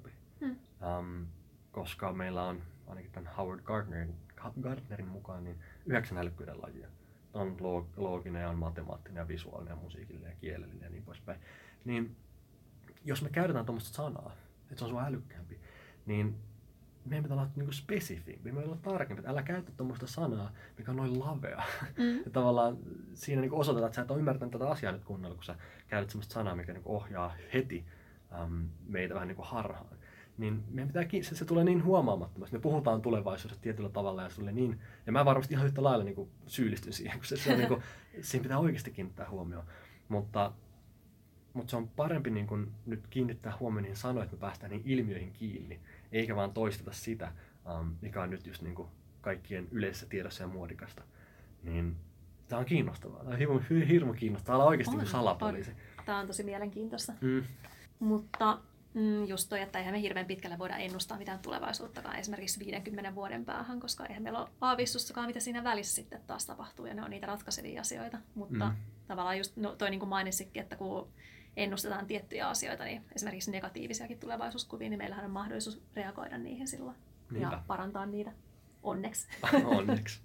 koska meillä on ainakin tämän Howard Gardnerin mukaan niin 9 älykkyyden lajia. On looginen, on matemaattinen ja visuaalinen ja musiikillinen ja kielellinen ja niin poispäin. Niin jos me käytetään tuommoista sanaa, että se on sun älykkäämpi, niin meidän pitää olla niinku spesifimpi, meidän pitää olla tarkempi, että älä käytä tuommoista sanaa, mikä on noin lavea. Ja tavallaan siinä niinku osoitetaan, että sä et ole ymmärtänyt tätä asiaa nyt kunnolla, kun sä käytät semmoista sanaa, mikä niinku ohjaa heti meitä vähän niinku harhaan. Niin meidän pitää, se tulee niin huomaamattomasti. Me puhutaan tulevaisuudesta tietyllä tavalla ja se tulee niin, ja mä varmasti ihan yhtä lailla niinku syyllistyn siihen, kun se on niinku, siinä pitää oikeasti kiinnittää huomioon. Mutta se on parempi niin kun nyt kiinnittää huomioon niihin sanoihin, että me päästään niihin ilmiöihin kiinni, eikä vaan toisteta sitä, mikä on nyt just niin kuin kaikkien yleisessä tiedossa ja muodikasta. Niin tämä on kiinnostavaa. Tämä on hirmu kiinnostavaa. Tämä on oikeasti niin salapoliisi. Tämä on tosi mielenkiintoista. Mutta just toi, että eihän me hirveän pitkälle voida ennustaa mitään tulevaisuuttakaan, esimerkiksi 50 vuoden päähän, koska eihän meillä ole aavistustakaan, mitä siinä välissä sitten taas tapahtuu, ja ne on niitä ratkaisevia asioita. Mutta tavallaan just toi niin kuin mainitsikin, että kun ennustetaan tiettyjä asioita, niin esimerkiksi negatiivisiakin tulevaisuuskuvia, niin meillähän on mahdollisuus reagoida niihin silloin. Niinpä. Ja parantaa niitä. Onneksi. Onneksi.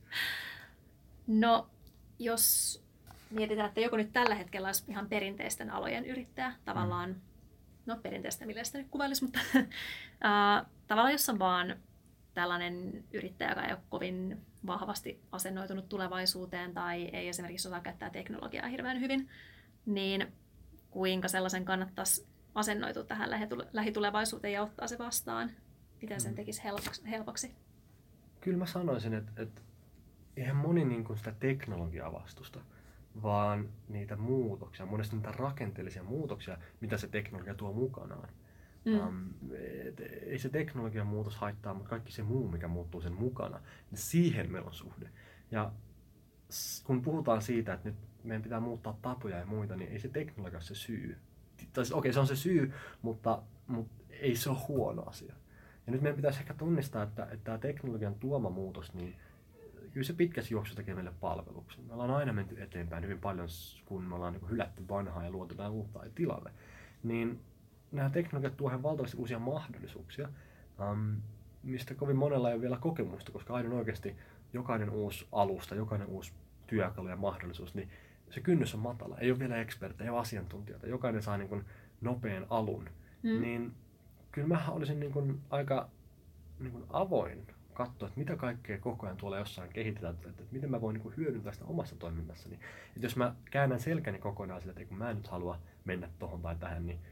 No, jos mietitään, että joku nyt tällä hetkellä olisi ihan perinteisten alojen yrittäjä, tavallaan, no perinteistä millä sitä nyt kuvailisi, mutta tavallaan jos on vaan tällainen yrittäjä, joka ei ole kovin vahvasti asennoitunut tulevaisuuteen tai ei esimerkiksi osaa käyttää teknologiaa hirveän hyvin, niin kuinka sellaisen kannattaisi asennoitua tähän lähitulevaisuuteen ja ottaa se vastaan? Miten sen tekisi helpoksi? Kyllä mä sanoisin, että eihän moni niin kuin sitä teknologiaa vastusta, vaan niitä muutoksia, monesti niitä rakenteellisia muutoksia, mitä se teknologia tuo mukanaan. Ei se teknologian muutos haittaa, mutta kaikki se muu, mikä muuttuu sen mukana, niin siihen meillä on suhde. Ja kun puhutaan siitä, että nyt meidän pitää muuttaa tapoja ja muita, niin ei se teknologia ole se syy. Okei, se on se syy, mutta ei se ole huono asia. Ja nyt meidän pitäisi ehkä tunnistaa, että tämä teknologian tuoma muutos, niin kyllä se pitkässä juoksussa tekee meille palveluksen. Me ollaan aina menty eteenpäin hyvin paljon, kun me ollaan niin hylätty vanhaa ja luotu jotain uutta tilalle. Niin nämä teknologiat tuovat valtavasti uusia mahdollisuuksia, mistä kovin monella ei ole vielä kokemusta, koska aina oikeasti jokainen uusi alusta, jokainen uusi työkalu ja mahdollisuus, niin se kynnys on matala. Ei ole vielä eksperttejä, ei ole asiantuntijoita. Jokainen saa niin kuin nopean alun. Niin kyllä mä olisin niin kuin aika niin kuin avoin katsoa, että mitä kaikkea koko ajan tuolla jossain kehitetään, että miten mä voin niin kuin hyödyntää sitä omassa toiminnassani. Että jos mä käännän selkäni kokonaan sillä, että kun mä en nyt halua mennä tohon tai tähän, niin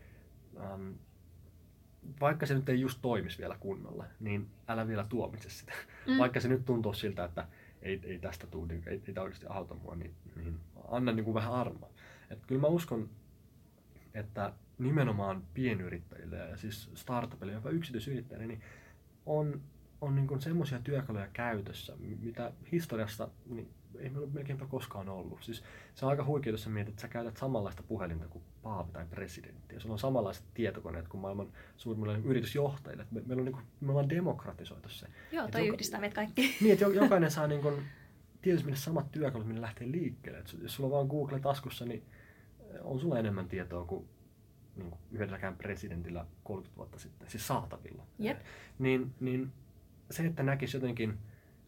vaikka se nyt ei just toimisi vielä kunnolla, niin älä vielä tuomitse sitä. Vaikka se nyt tuntuu siltä, että ei tästä tule, ei tämä oikeasti auta mua, niin anna niin kuin vähän armoa. Että kyllä mä uskon, että nimenomaan pienyrittäjille ja siis startupille, jopa yksityisyrittäjille, niin on niin kuin semmoisia työkaluja käytössä, mitä historiassa niin ei meillä melkeinpä koskaan ollut. Siis se on aika huikea, jos sä mietit, että sä käytät samanlaista puhelinta kuin paavi tai presidentti. Ja sulla on samanlaiset tietokoneet kuin maailman suurimmilla yritysjohtajilla. Me ollaan demokratisoitu se. Joo, toi yhdistää meitä kaikki. Niin, että jokainen saa niin kuin, tietysti samat työkalut, millä lähtee liikkeelle. Et jos sulla on vaan Google taskussa, niin on sulla enemmän tietoa kuin yhdelläkään presidentillä 30 vuotta sitten, siis saatavilla. Yep. Niin se, että näkisi jotenkin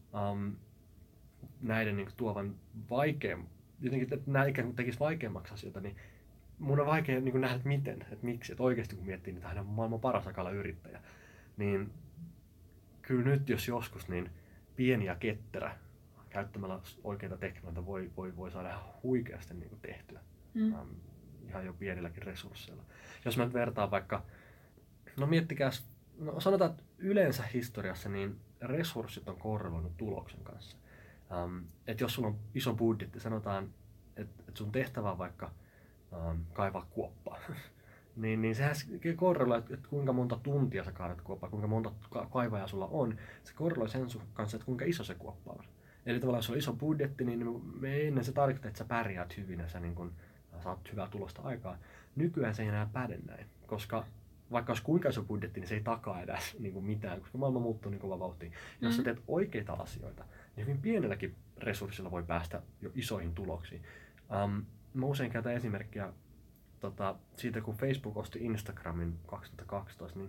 näiden niin tuovan vaikean, jotenkin, että nämä ikään kuin tekisi vaikeammaksi asioita, niin mun on vaikea niin nähdä, että miten, että miksi, että oikeasti kun miettii, niin hän on maailman paras akalla yrittäjä, niin kyllä nyt jos joskus, niin pieni ja ketterä käyttämällä oikeita teknologioita voi saada ihan huikeasti niin kuin tehtyä. Ihan jo pienilläkin resursseilla. Jos mä nyt vertaan vaikka, no miettikääs, no sanotaan, että yleensä historiassa niin resurssit on korreloinut tuloksen kanssa. Että jos sulla on iso budjetti, sanotaan, että sun tehtävä on vaikka kaivaa kuoppaa, niin sehän korreloi, että kuinka monta tuntia sä kaivat kuoppaa, kuinka monta kaivajaa sulla on, se korreloi sen kanssa, että kuinka iso se kuoppa on. Eli tavallaan jos on iso budjetti, niin me ennen se tarkoittaa, että sä pärjäät hyvin ja sä niin kun saat hyvää tulosta aikaa. Nykyään se ei enää päde näin, koska vaikka olisi kuinka iso budjetti, niin se ei takaa edes niin kuin mitään, koska maailma muuttuu niin kovaa vauhtia. Jos sä teet oikeita asioita, niin hyvin pienelläkin resurssilla voi päästä jo isoihin tuloksiin. Mä usein käytän esimerkkiä siitä, kun Facebook osti Instagramin 2012, niin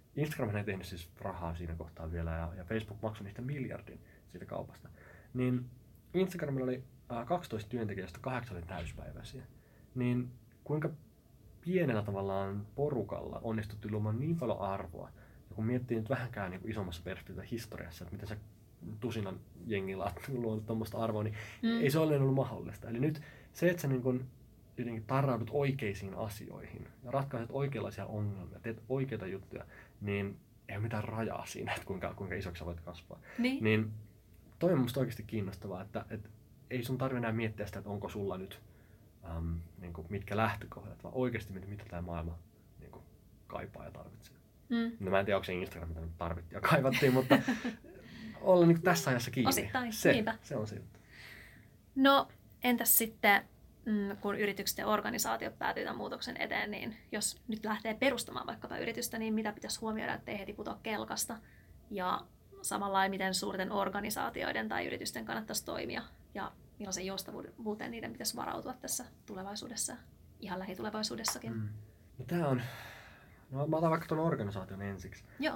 Instagram ei tehnyt siis rahaa siinä kohtaa vielä ja Facebook maksoi niistä miljardin siitä kaupasta. Niin Instagramilla oli 12 työntekijää, josta 8 oli täyspäiväisiä. Niin kuinka pienellä tavallaan porukalla onnistuttiin luomaan niin paljon arvoa. Ja kun miettii nyt vähänkään niin isommassa perspektiivissä historiassa, että miten se tusinan jengillä on luonut tuommoista arvoa, niin ei se ole ollut mahdollista. Eli nyt se, että sä niin kun jotenkin tarraudut oikeisiin asioihin ja ratkaiset oikeanlaisia ongelmia, teet oikeita juttuja, niin ei ole mitään rajaa siinä, että kuinka isoksi sä voit kasvaa. Niin toi on musta oikeasti kiinnostavaa, että ei sun tarvitse enää miettiä sitä, että onko sulla nyt niin kuin mitkä lähtökohdat, vaan oikeasti mitä tämä maailma niin kuin kaipaa ja tarvitsee. No mä en tiedä, onko se Instagram, mitä nyt tarvittiin ja kaivattiin, mutta olla niin kuin tässä ajassa kiinni. Osittain, se on se juttu. No entäs sitten, kun yritykset ja organisaatiot päätyy tämän muutoksen eteen, niin jos nyt lähtee perustamaan vaikkapa yritystä, niin mitä pitäisi huomioida, ettei heti putoa kelkasta? Ja samalla miten suurten organisaatioiden tai yritysten kannattaisi toimia ja millaisen joustavuuteen niiden pitäisi varautua tässä tulevaisuudessa, ihan lähitulevaisuudessakin. No tää on, mä otan vaikka tuon organisaation ensiksi. Joo.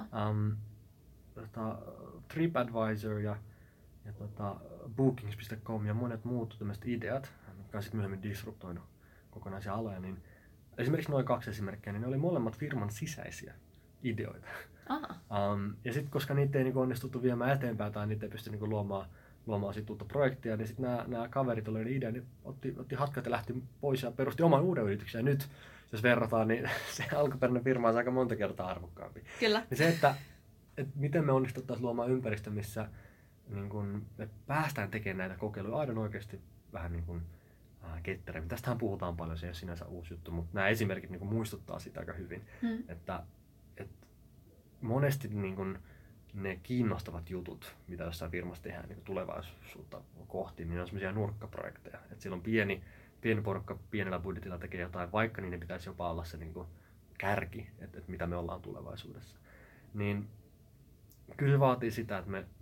TripAdvisor ja Bookings.com ja monet muut tämmöiset ideat, jotka on sitten myöhemmin disruptoinut kokonaisia aloja, niin esimerkiksi noin 2 esimerkkiä, niin ne oli molemmat firman sisäisiä ideoita. Ja sitten koska niitä ei niinku onnistuttu viemään eteenpäin tai niitä ei pysty niinku luomaan sit uutta projektia, niin sitten nämä kaverit, joilla oli idea, niin otti hatkat ja lähti pois ja perusti oman uuden yrityksen. Ja nyt, jos verrataan, niin se alkuperäinen firma on aika monta kertaa arvokkaampi. Kyllä. Ja se, että miten me onnistuttaisiin luomaan ympäristö, missä niin kun me päästään tekemään näitä kokeiluja aivan oikeasti vähän niin kuin ketterämmin. Tästähän puhutaan paljon, se ei ole sinänsä uusi juttu, mutta nämä esimerkit niin kun muistuttaa sitä aika hyvin. Että monesti niin kun ne kiinnostavat jutut, mitä jossain firmassa tehdään niin tulevaisuutta kohti, niin ne on sellaisia nurkkaprojekteja. Että siellä on pieni porukka pienellä budjetilla tekee jotain, vaikka niiden pitäisi jopa olla se niin kuin kärki, että mitä me ollaan tulevaisuudessa. Niin kyllä se vaatii sitä, että me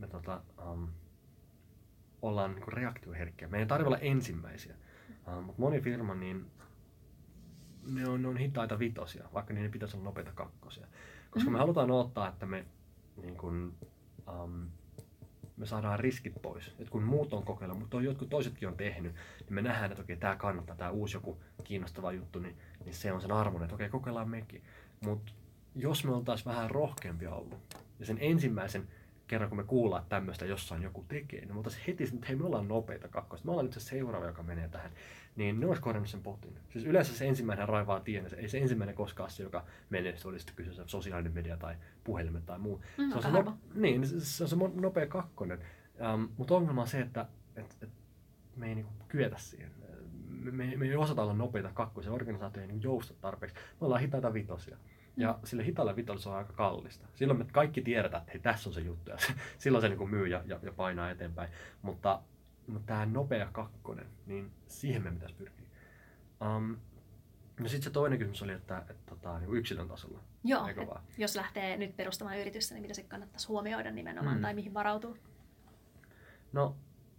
ollaan niin kuin reaktioherkkiä. Meidän ei tarvitse olla ensimmäisiä, mutta moni firma, niin ne on hitaita vitosia, vaikka niiden pitäisi olla nopeita kakkosia. Koska me halutaan odottaa, että me niin kun, me saadaan riskit pois. Et kun muut on kokeillut, mutta jotkut toisetkin on tehnyt, niin me nähdään, että okei, tämä kannattaa, tämä uusi joku kiinnostava juttu, niin se on sen arvon, että okei, kokeillaan mekin. Mutta jos me oltaisiin vähän rohkeampia ollut, ja sen ensimmäisen kerran, kun me kuullaan, että tämmöistä jossain joku tekee, niin me oltaisiin heti, että hei, me ollaan nopeita kakkoista, me ollaan nyt se seuraava, joka menee tähän, niin ne olisi korjannut sen potin. Siis yleensä se ensimmäinen raivaa tien, ei se ensimmäinen koskaan se, joka menee, se oli sitten kyseessä sosiaalinen media tai puhelimet tai muu. Se on se nopea kakkonen. Mutta ongelma on se, että me ei niinku kyetä siihen. Me ei osata olla nopeita kakkosia, organisaatio ei niinku jousta tarpeeksi. Me ollaan hitaita vitosia. Ja sille hitaalla vitolla se on aika kallista. Silloin me kaikki tiedetään, että hei, tässä on se juttu. Ja silloin se niinku myy ja painaa eteenpäin. Mutta tämä nopea kakkonen, niin siihen me pitäisi pyrkiä. No sitten se toinen kysymys oli, että niin yksilön tasolla. Joo, jos lähtee nyt perustamaan yritystä, niin mitä se kannattaisi huomioida nimenomaan tai mihin varautuu? No,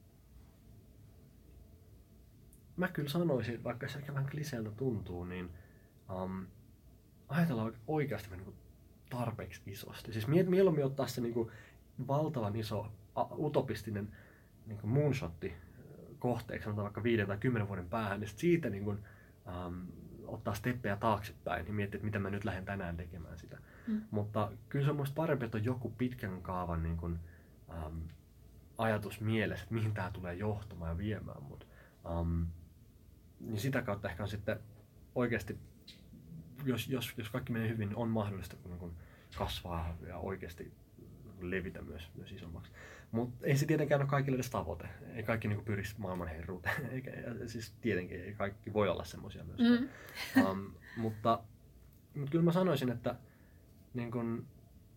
mä kyllä sanoisin, vaikka se ehkä vähän kliseeltä tuntuu, niin ajatellaan oikeasti niin tarpeeksi isosti. Siis mieluummin ottaa se niin valtavan iso utopistinen niin moonshotti kohteeksi, sanotaan vaikka 5 tai 10 vuoden päähän, niin siitä niin kuin, ottaa steppejä taaksepäin ja miettiä, että mitä mä nyt lähden tänään tekemään sitä. Mutta kyllä se on musta parempi, että on joku pitkän kaavan niin kuin, ajatus mielessä, että mihin tämä tulee johtamaan ja viemään mut. Niin sitä kautta ehkä on sitten oikeasti, jos kaikki menee hyvin, niin on mahdollista niin kun kasvaa ja oikeasti levitä myös isommaksi. Mutta ei se tietenkään ole kaikille edes tavoite. Ei kaikki niin pyri maailman herruuteen. Siis tietenkin ei kaikki voi olla semmoisia myös. Mutta kyllä mä sanoisin, että niin kun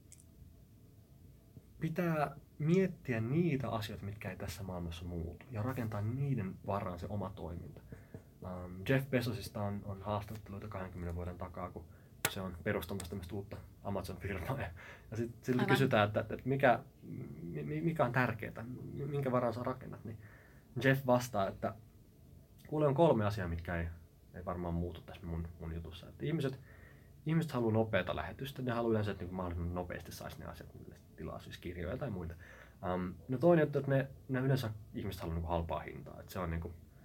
pitää miettiä niitä asioita, mitkä ei tässä maailmassa muutu, ja rakentaa niiden varaan se oma toiminta. Jeff Bezosista on haastatteluita 20 vuoden takaa, kun se on perustamassa tämmöistä uutta Amazon-firmaa. Ja sitten kysytään, että mikä on tärkeää, minkä varaan sä rakennat. Niin Jeff vastaa, että kuule on 3 asiaa, mitkä ei varmaan muutu tässä mun jutussa. Että ihmiset ihmiset haluaa nopeata lähetystä. Ne haluaa yleensä, että niin mahdollisimman nopeasti saisi ne asiat, millä tilaa siis kirjoja tai muita. No toinen juttu, että ne yleensä ihmiset haluaa niin halpaa hintaa. Että se on,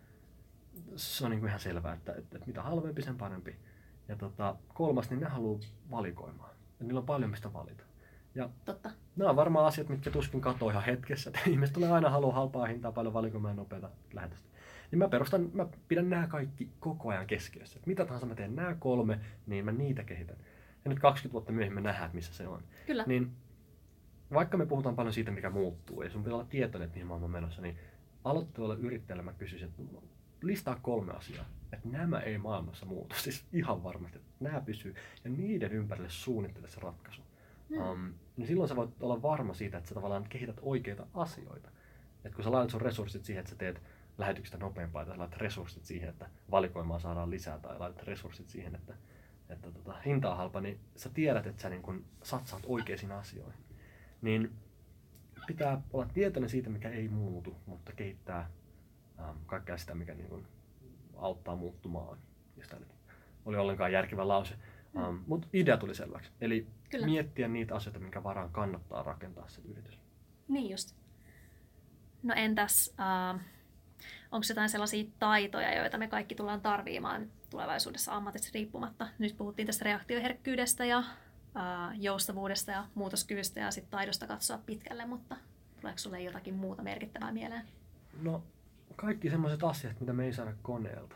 niin ihan selvää, että mitä halvempi, sen parempi. Ja kolmas, niin ne haluaa valikoimaan. Ja niillä on paljon mistä valita. Ja Totta. nämä on varmaan asiat, mitkä tuskin katoo ihan hetkessä. Että ihmiset tulee aina haluaa halpaa hintaa, paljon valikoimaan nopeata lähetystä. Niin mä pidän nämä kaikki koko ajan keskiössä. Että mitä tahansa mä teen nämä 3, niin mä niitä kehitän. Ja nyt 20 vuotta myöhemmin me nähdään, että missä se on. Kyllä. Niin vaikka me puhutaan paljon siitä, mikä muuttuu, ja sun pitää olla tietoinen, että mihin maailma on menossa, niin aloittavalle yrittäjälle mä kysyisin, että listaa 3 asiaa, että nämä ei maailmassa muutu. Siis ihan varmasti, että nämä pysyy, ja niiden ympärille suunnittele se ratkaisu. Niin silloin sä voit olla varma siitä, että sä tavallaan kehität oikeita asioita. Että kun sä laitat sun resurssit siihen, että sä teet lähetyksestä nopeampaa, tai sä laitat resurssit siihen, että valikoimaa saadaan lisää, tai laitat resurssit siihen, että hinta on halpa, niin sä tiedät, että sä niin kun satsaat oikeisiin asioihin. Niin pitää olla tietoinen siitä, mikä ei muutu, mutta kehittää kaikkea sitä, mikä niin kun auttaa muuttumaan. Jos tämä oli ollenkaan järkevä lause. Mutta idea tuli selväksi. Eli Kyllä. Miettiä niitä asioita, minkä varaan kannattaa rakentaa se yritys. Niin just. No entäs, onko jotain sellaisia taitoja, joita me kaikki tullaan tarviimaan tulevaisuudessa ammatista riippumatta? Nyt puhuttiin tästä reaktioherkkyydestä ja joustavuudesta ja muutoskyvystä ja sit taidosta katsoa pitkälle, mutta tuleeko sulle jotakin muuta merkittävää mieleen? No kaikki sellaiset asiat, mitä me ei saada koneelta.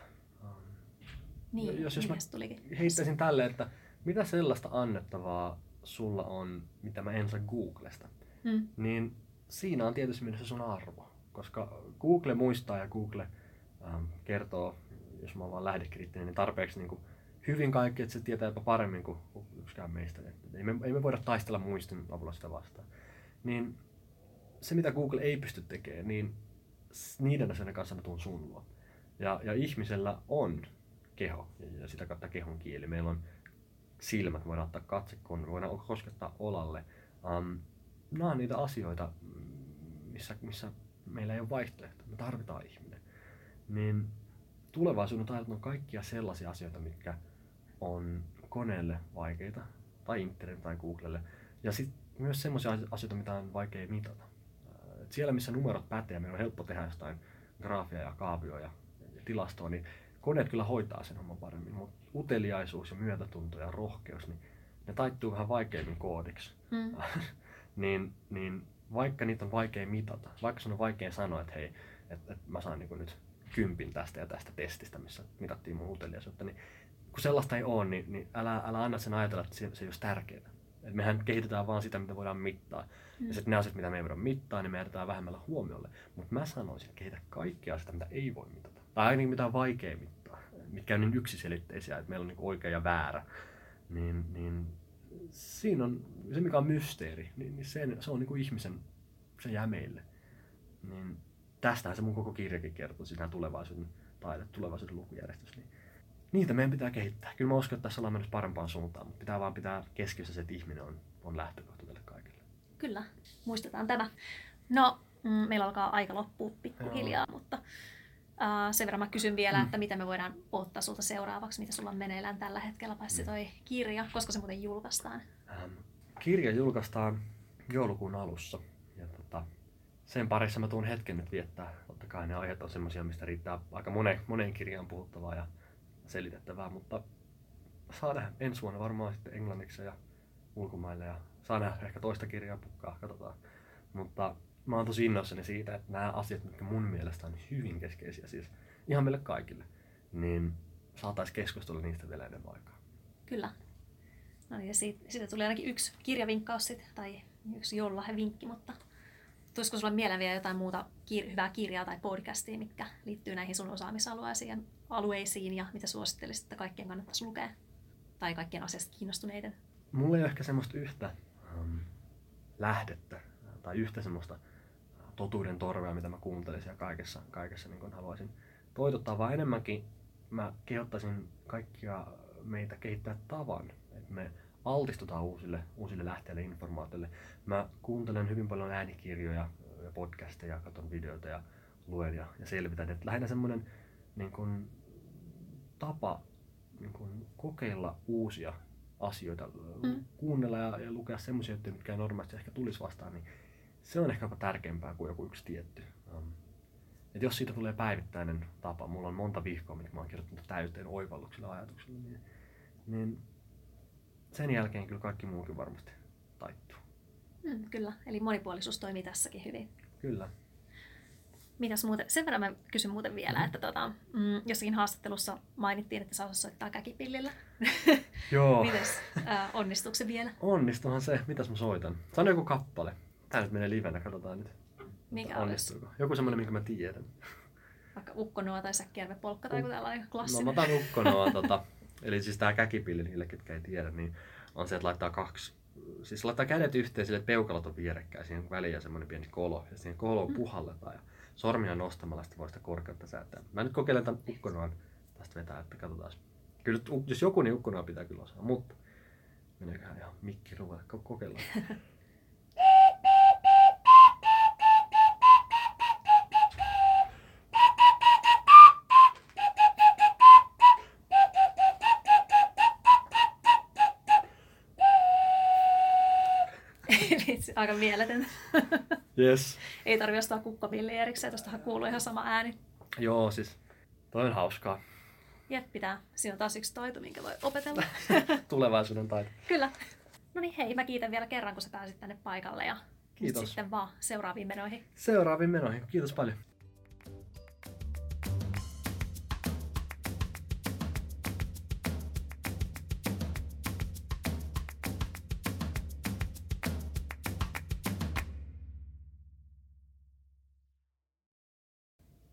Niin, jos mä heittäisin tälle, että mitä sellaista annettavaa sulla on, mitä mä en saa Googlesta, niin siinä on tietysti mielessä sun arvo. Koska Google muistaa ja Google kertoo, jos mä oon vaan lähdekriittinen, niin tarpeeksi niin kuin hyvin kaikki, että se tietää jopa paremmin kuin yksikään meistä. Ei me voida taistella muistin avulla sitä vastaan. Niin se, mitä Google ei pysty tekemään, niin niiden asioiden kanssa mä tuun sun luo. Ja ihmisellä on keho ja sitä kautta kehon kieli. Meillä on silmät, voidaan ottaa katsekoon, voidaan koskettaa olalle. Nämä on niitä asioita, missä meillä ei ole vaihtoehto. Me tarvitaan ihminen. Niin tulevaisuuden taidot on kaikkia sellaisia asioita, mitkä on koneelle vaikeita, tai internet tai Googlelle. Ja sitten myös sellaisia asioita, mitä on vaikea mitata. Et siellä, missä numerot pätee, meillä on helppo tehdä jostain graafia ja kaavioa ja tilastoa, niin koneet kyllä hoitaa sen homman paremmin. Mutta uteliaisuus ja myötätunto ja rohkeus, niin ne taittuu vähän vaikeammin koodiksi. niin vaikka niitä on vaikea mitata, vaikka sun on vaikea sanoa, että hei, että mä saan niin nyt 10 tästä ja tästä testistä, missä mitattiin mun uteliaisuutta, niin kun sellaista ei ole, niin älä anna sen ajatella, että se ei olisi tärkeää. Et mehän kehitetään vaan sitä, mitä voidaan mittaa. Ja sitten ne asiat, mitä me ei voida mittaa, niin me jätetään vähemmällä huomiolle. Mutta mä sanoisin, että kehitä kaikkia asioita, mitä ei voi mitata. Tai ainakin mitä on vaikea mittaa, mitkä on niin yksiselitteisiä, että meillä on niin oikea ja väärä. Niin siinä on se, mikä on mysteeri, niin se on niin kuin ihmisen, se jää meille. Niin tästähän se mun koko kirjakin kertoo, siinä tulevaisuuden taide, tulevaisuuden lukujärjestys. Niin niitä meidän pitää kehittää. Kyllä mä uskon, että tässä ollaan menossa parempaan suuntaan, mutta pitää vaan pitää keskiössä se, että ihminen on lähtökohta tälle kaikille. Kyllä, muistetaan tämä. No, meillä alkaa aika loppua pikkuhiljaa, mutta sen verran mä kysyn vielä, että mitä me voidaan ottaa sulta seuraavaksi, mitä sulla on meneillään tällä hetkellä, paitsi toi kirja, koska se muuten julkaistaan? Kirja julkaistaan joulukuun alussa. Ja sen parissa mä tuun hetken nyt viettää. Totta kai ne aiheet on semmosia, mistä riittää aika moneen kirjaan puhuttavaa ja selitettävää, mutta saa nähdä ensi vuonna varmaan sitten englanniksi ja ulkomaille ja saa nähdä ehkä toista kirjaa pukkaa, katsotaan. Mutta mä oon tosi innoissani siitä, että nämä asiat, mitkä mun mielestä on hyvin keskeisiä, siis ihan meille kaikille, niin saataisiin keskustella niistä vielä enemmän aikaa. Kyllä. No ja siitä tuli ainakin yksi kirjavinkkaus sit, tai yksi joululahjavinkki, mutta tulisiko sulla mieleen vielä jotain muuta hyvää kirjaa tai podcastia, mitkä liittyy näihin sun osaamisalueisiin ja mitä suosittelisit, että kaikkien kannattaisi lukea? Tai kaikkien asiasta kiinnostuneiden? Mulla ei ole ehkä semmoista yhtä lähdettä tai yhtä semmoista totuuden torvea, mitä mä kuuntelisin ja kaikessa niin kuin haluaisin toitottaa, vaan enemmänkin mä kehottaisin kaikkia meitä kehittää tavan, että me altistutaan uusille lähteille informaatioille. Mä kuuntelen hyvin paljon äänikirjoja ja podcasteja, katson videoita ja luen ja selvitän. Että lähinnä semmoinen niin kuin tapa niin kuin kokeilla uusia asioita, kuunnella ja lukea semmoisia juttuja, mitkä ei normaalisti ehkä tulisi vastaan, niin se on ehkä jopa tärkeämpää kuin joku yksi tietty. Et jos siitä tulee päivittäinen tapa, mulla on monta vihkoa, mitkä mä oon kirjoittanut täyteen oivalluksilla ajatuksilla, niin sen jälkeen kyllä kaikki muukin varmasti taittuu. Kyllä, eli monipuolisuus toimii tässäkin hyvin. Kyllä. Mitäs muuten? Sen verran mä kysyn muuten vielä, että jossakin haastattelussa mainittiin, että sä osat soittaa käkipillillä. Joo. Mites, onnistuuko se vielä? Onnistuhan se. Mitäs mä soitan? Sano joku kappale. Tää nyt menee livenä, katsotaan nyt. Mikä onnistuuko? Joku semmonen, minkä mä tiedän. Vaikka Ukkonoa tai Säkkijärven polkka tai joku tällainen klassinen. No mä otan Ukkonoa. Eli siis tää käkipilli niille, ketkä ei tiedä, niin on se, että laittaa kädet yhteen sille, että peukalot on vierekkäin. Siihen on väliin semmonen pieni kolo. Ja siihen koloon puhalletaan ja sormia nostamalla sitä voi sitä korkeutta säätää. Mä nyt kokeilen tämän Ukkonoan tästä vetää, että katsotaan. Kyllä jos joku, niin Ukkonoa pitää kyllä osaa, mutta meneeköhän ihan mikki ruvalle. Kokeillaan. Aika mieletön. Yes. Ei tarvitse ostaa kukkapilliä erikseen, tuostahan kuuluu ihan sama ääni. Joo, siis toi on hauskaa. Jep, pitää. Siinä on taas yksi taito, minkä voi opetella. Tulevaisuuden taito. Kyllä. No niin, hei, mä kiitän vielä kerran, kun sä pääsit tänne paikalle ja kiitos. Nyt sitten vaan seuraaviin menoihin. Seuraaviin menoihin. Kiitos paljon.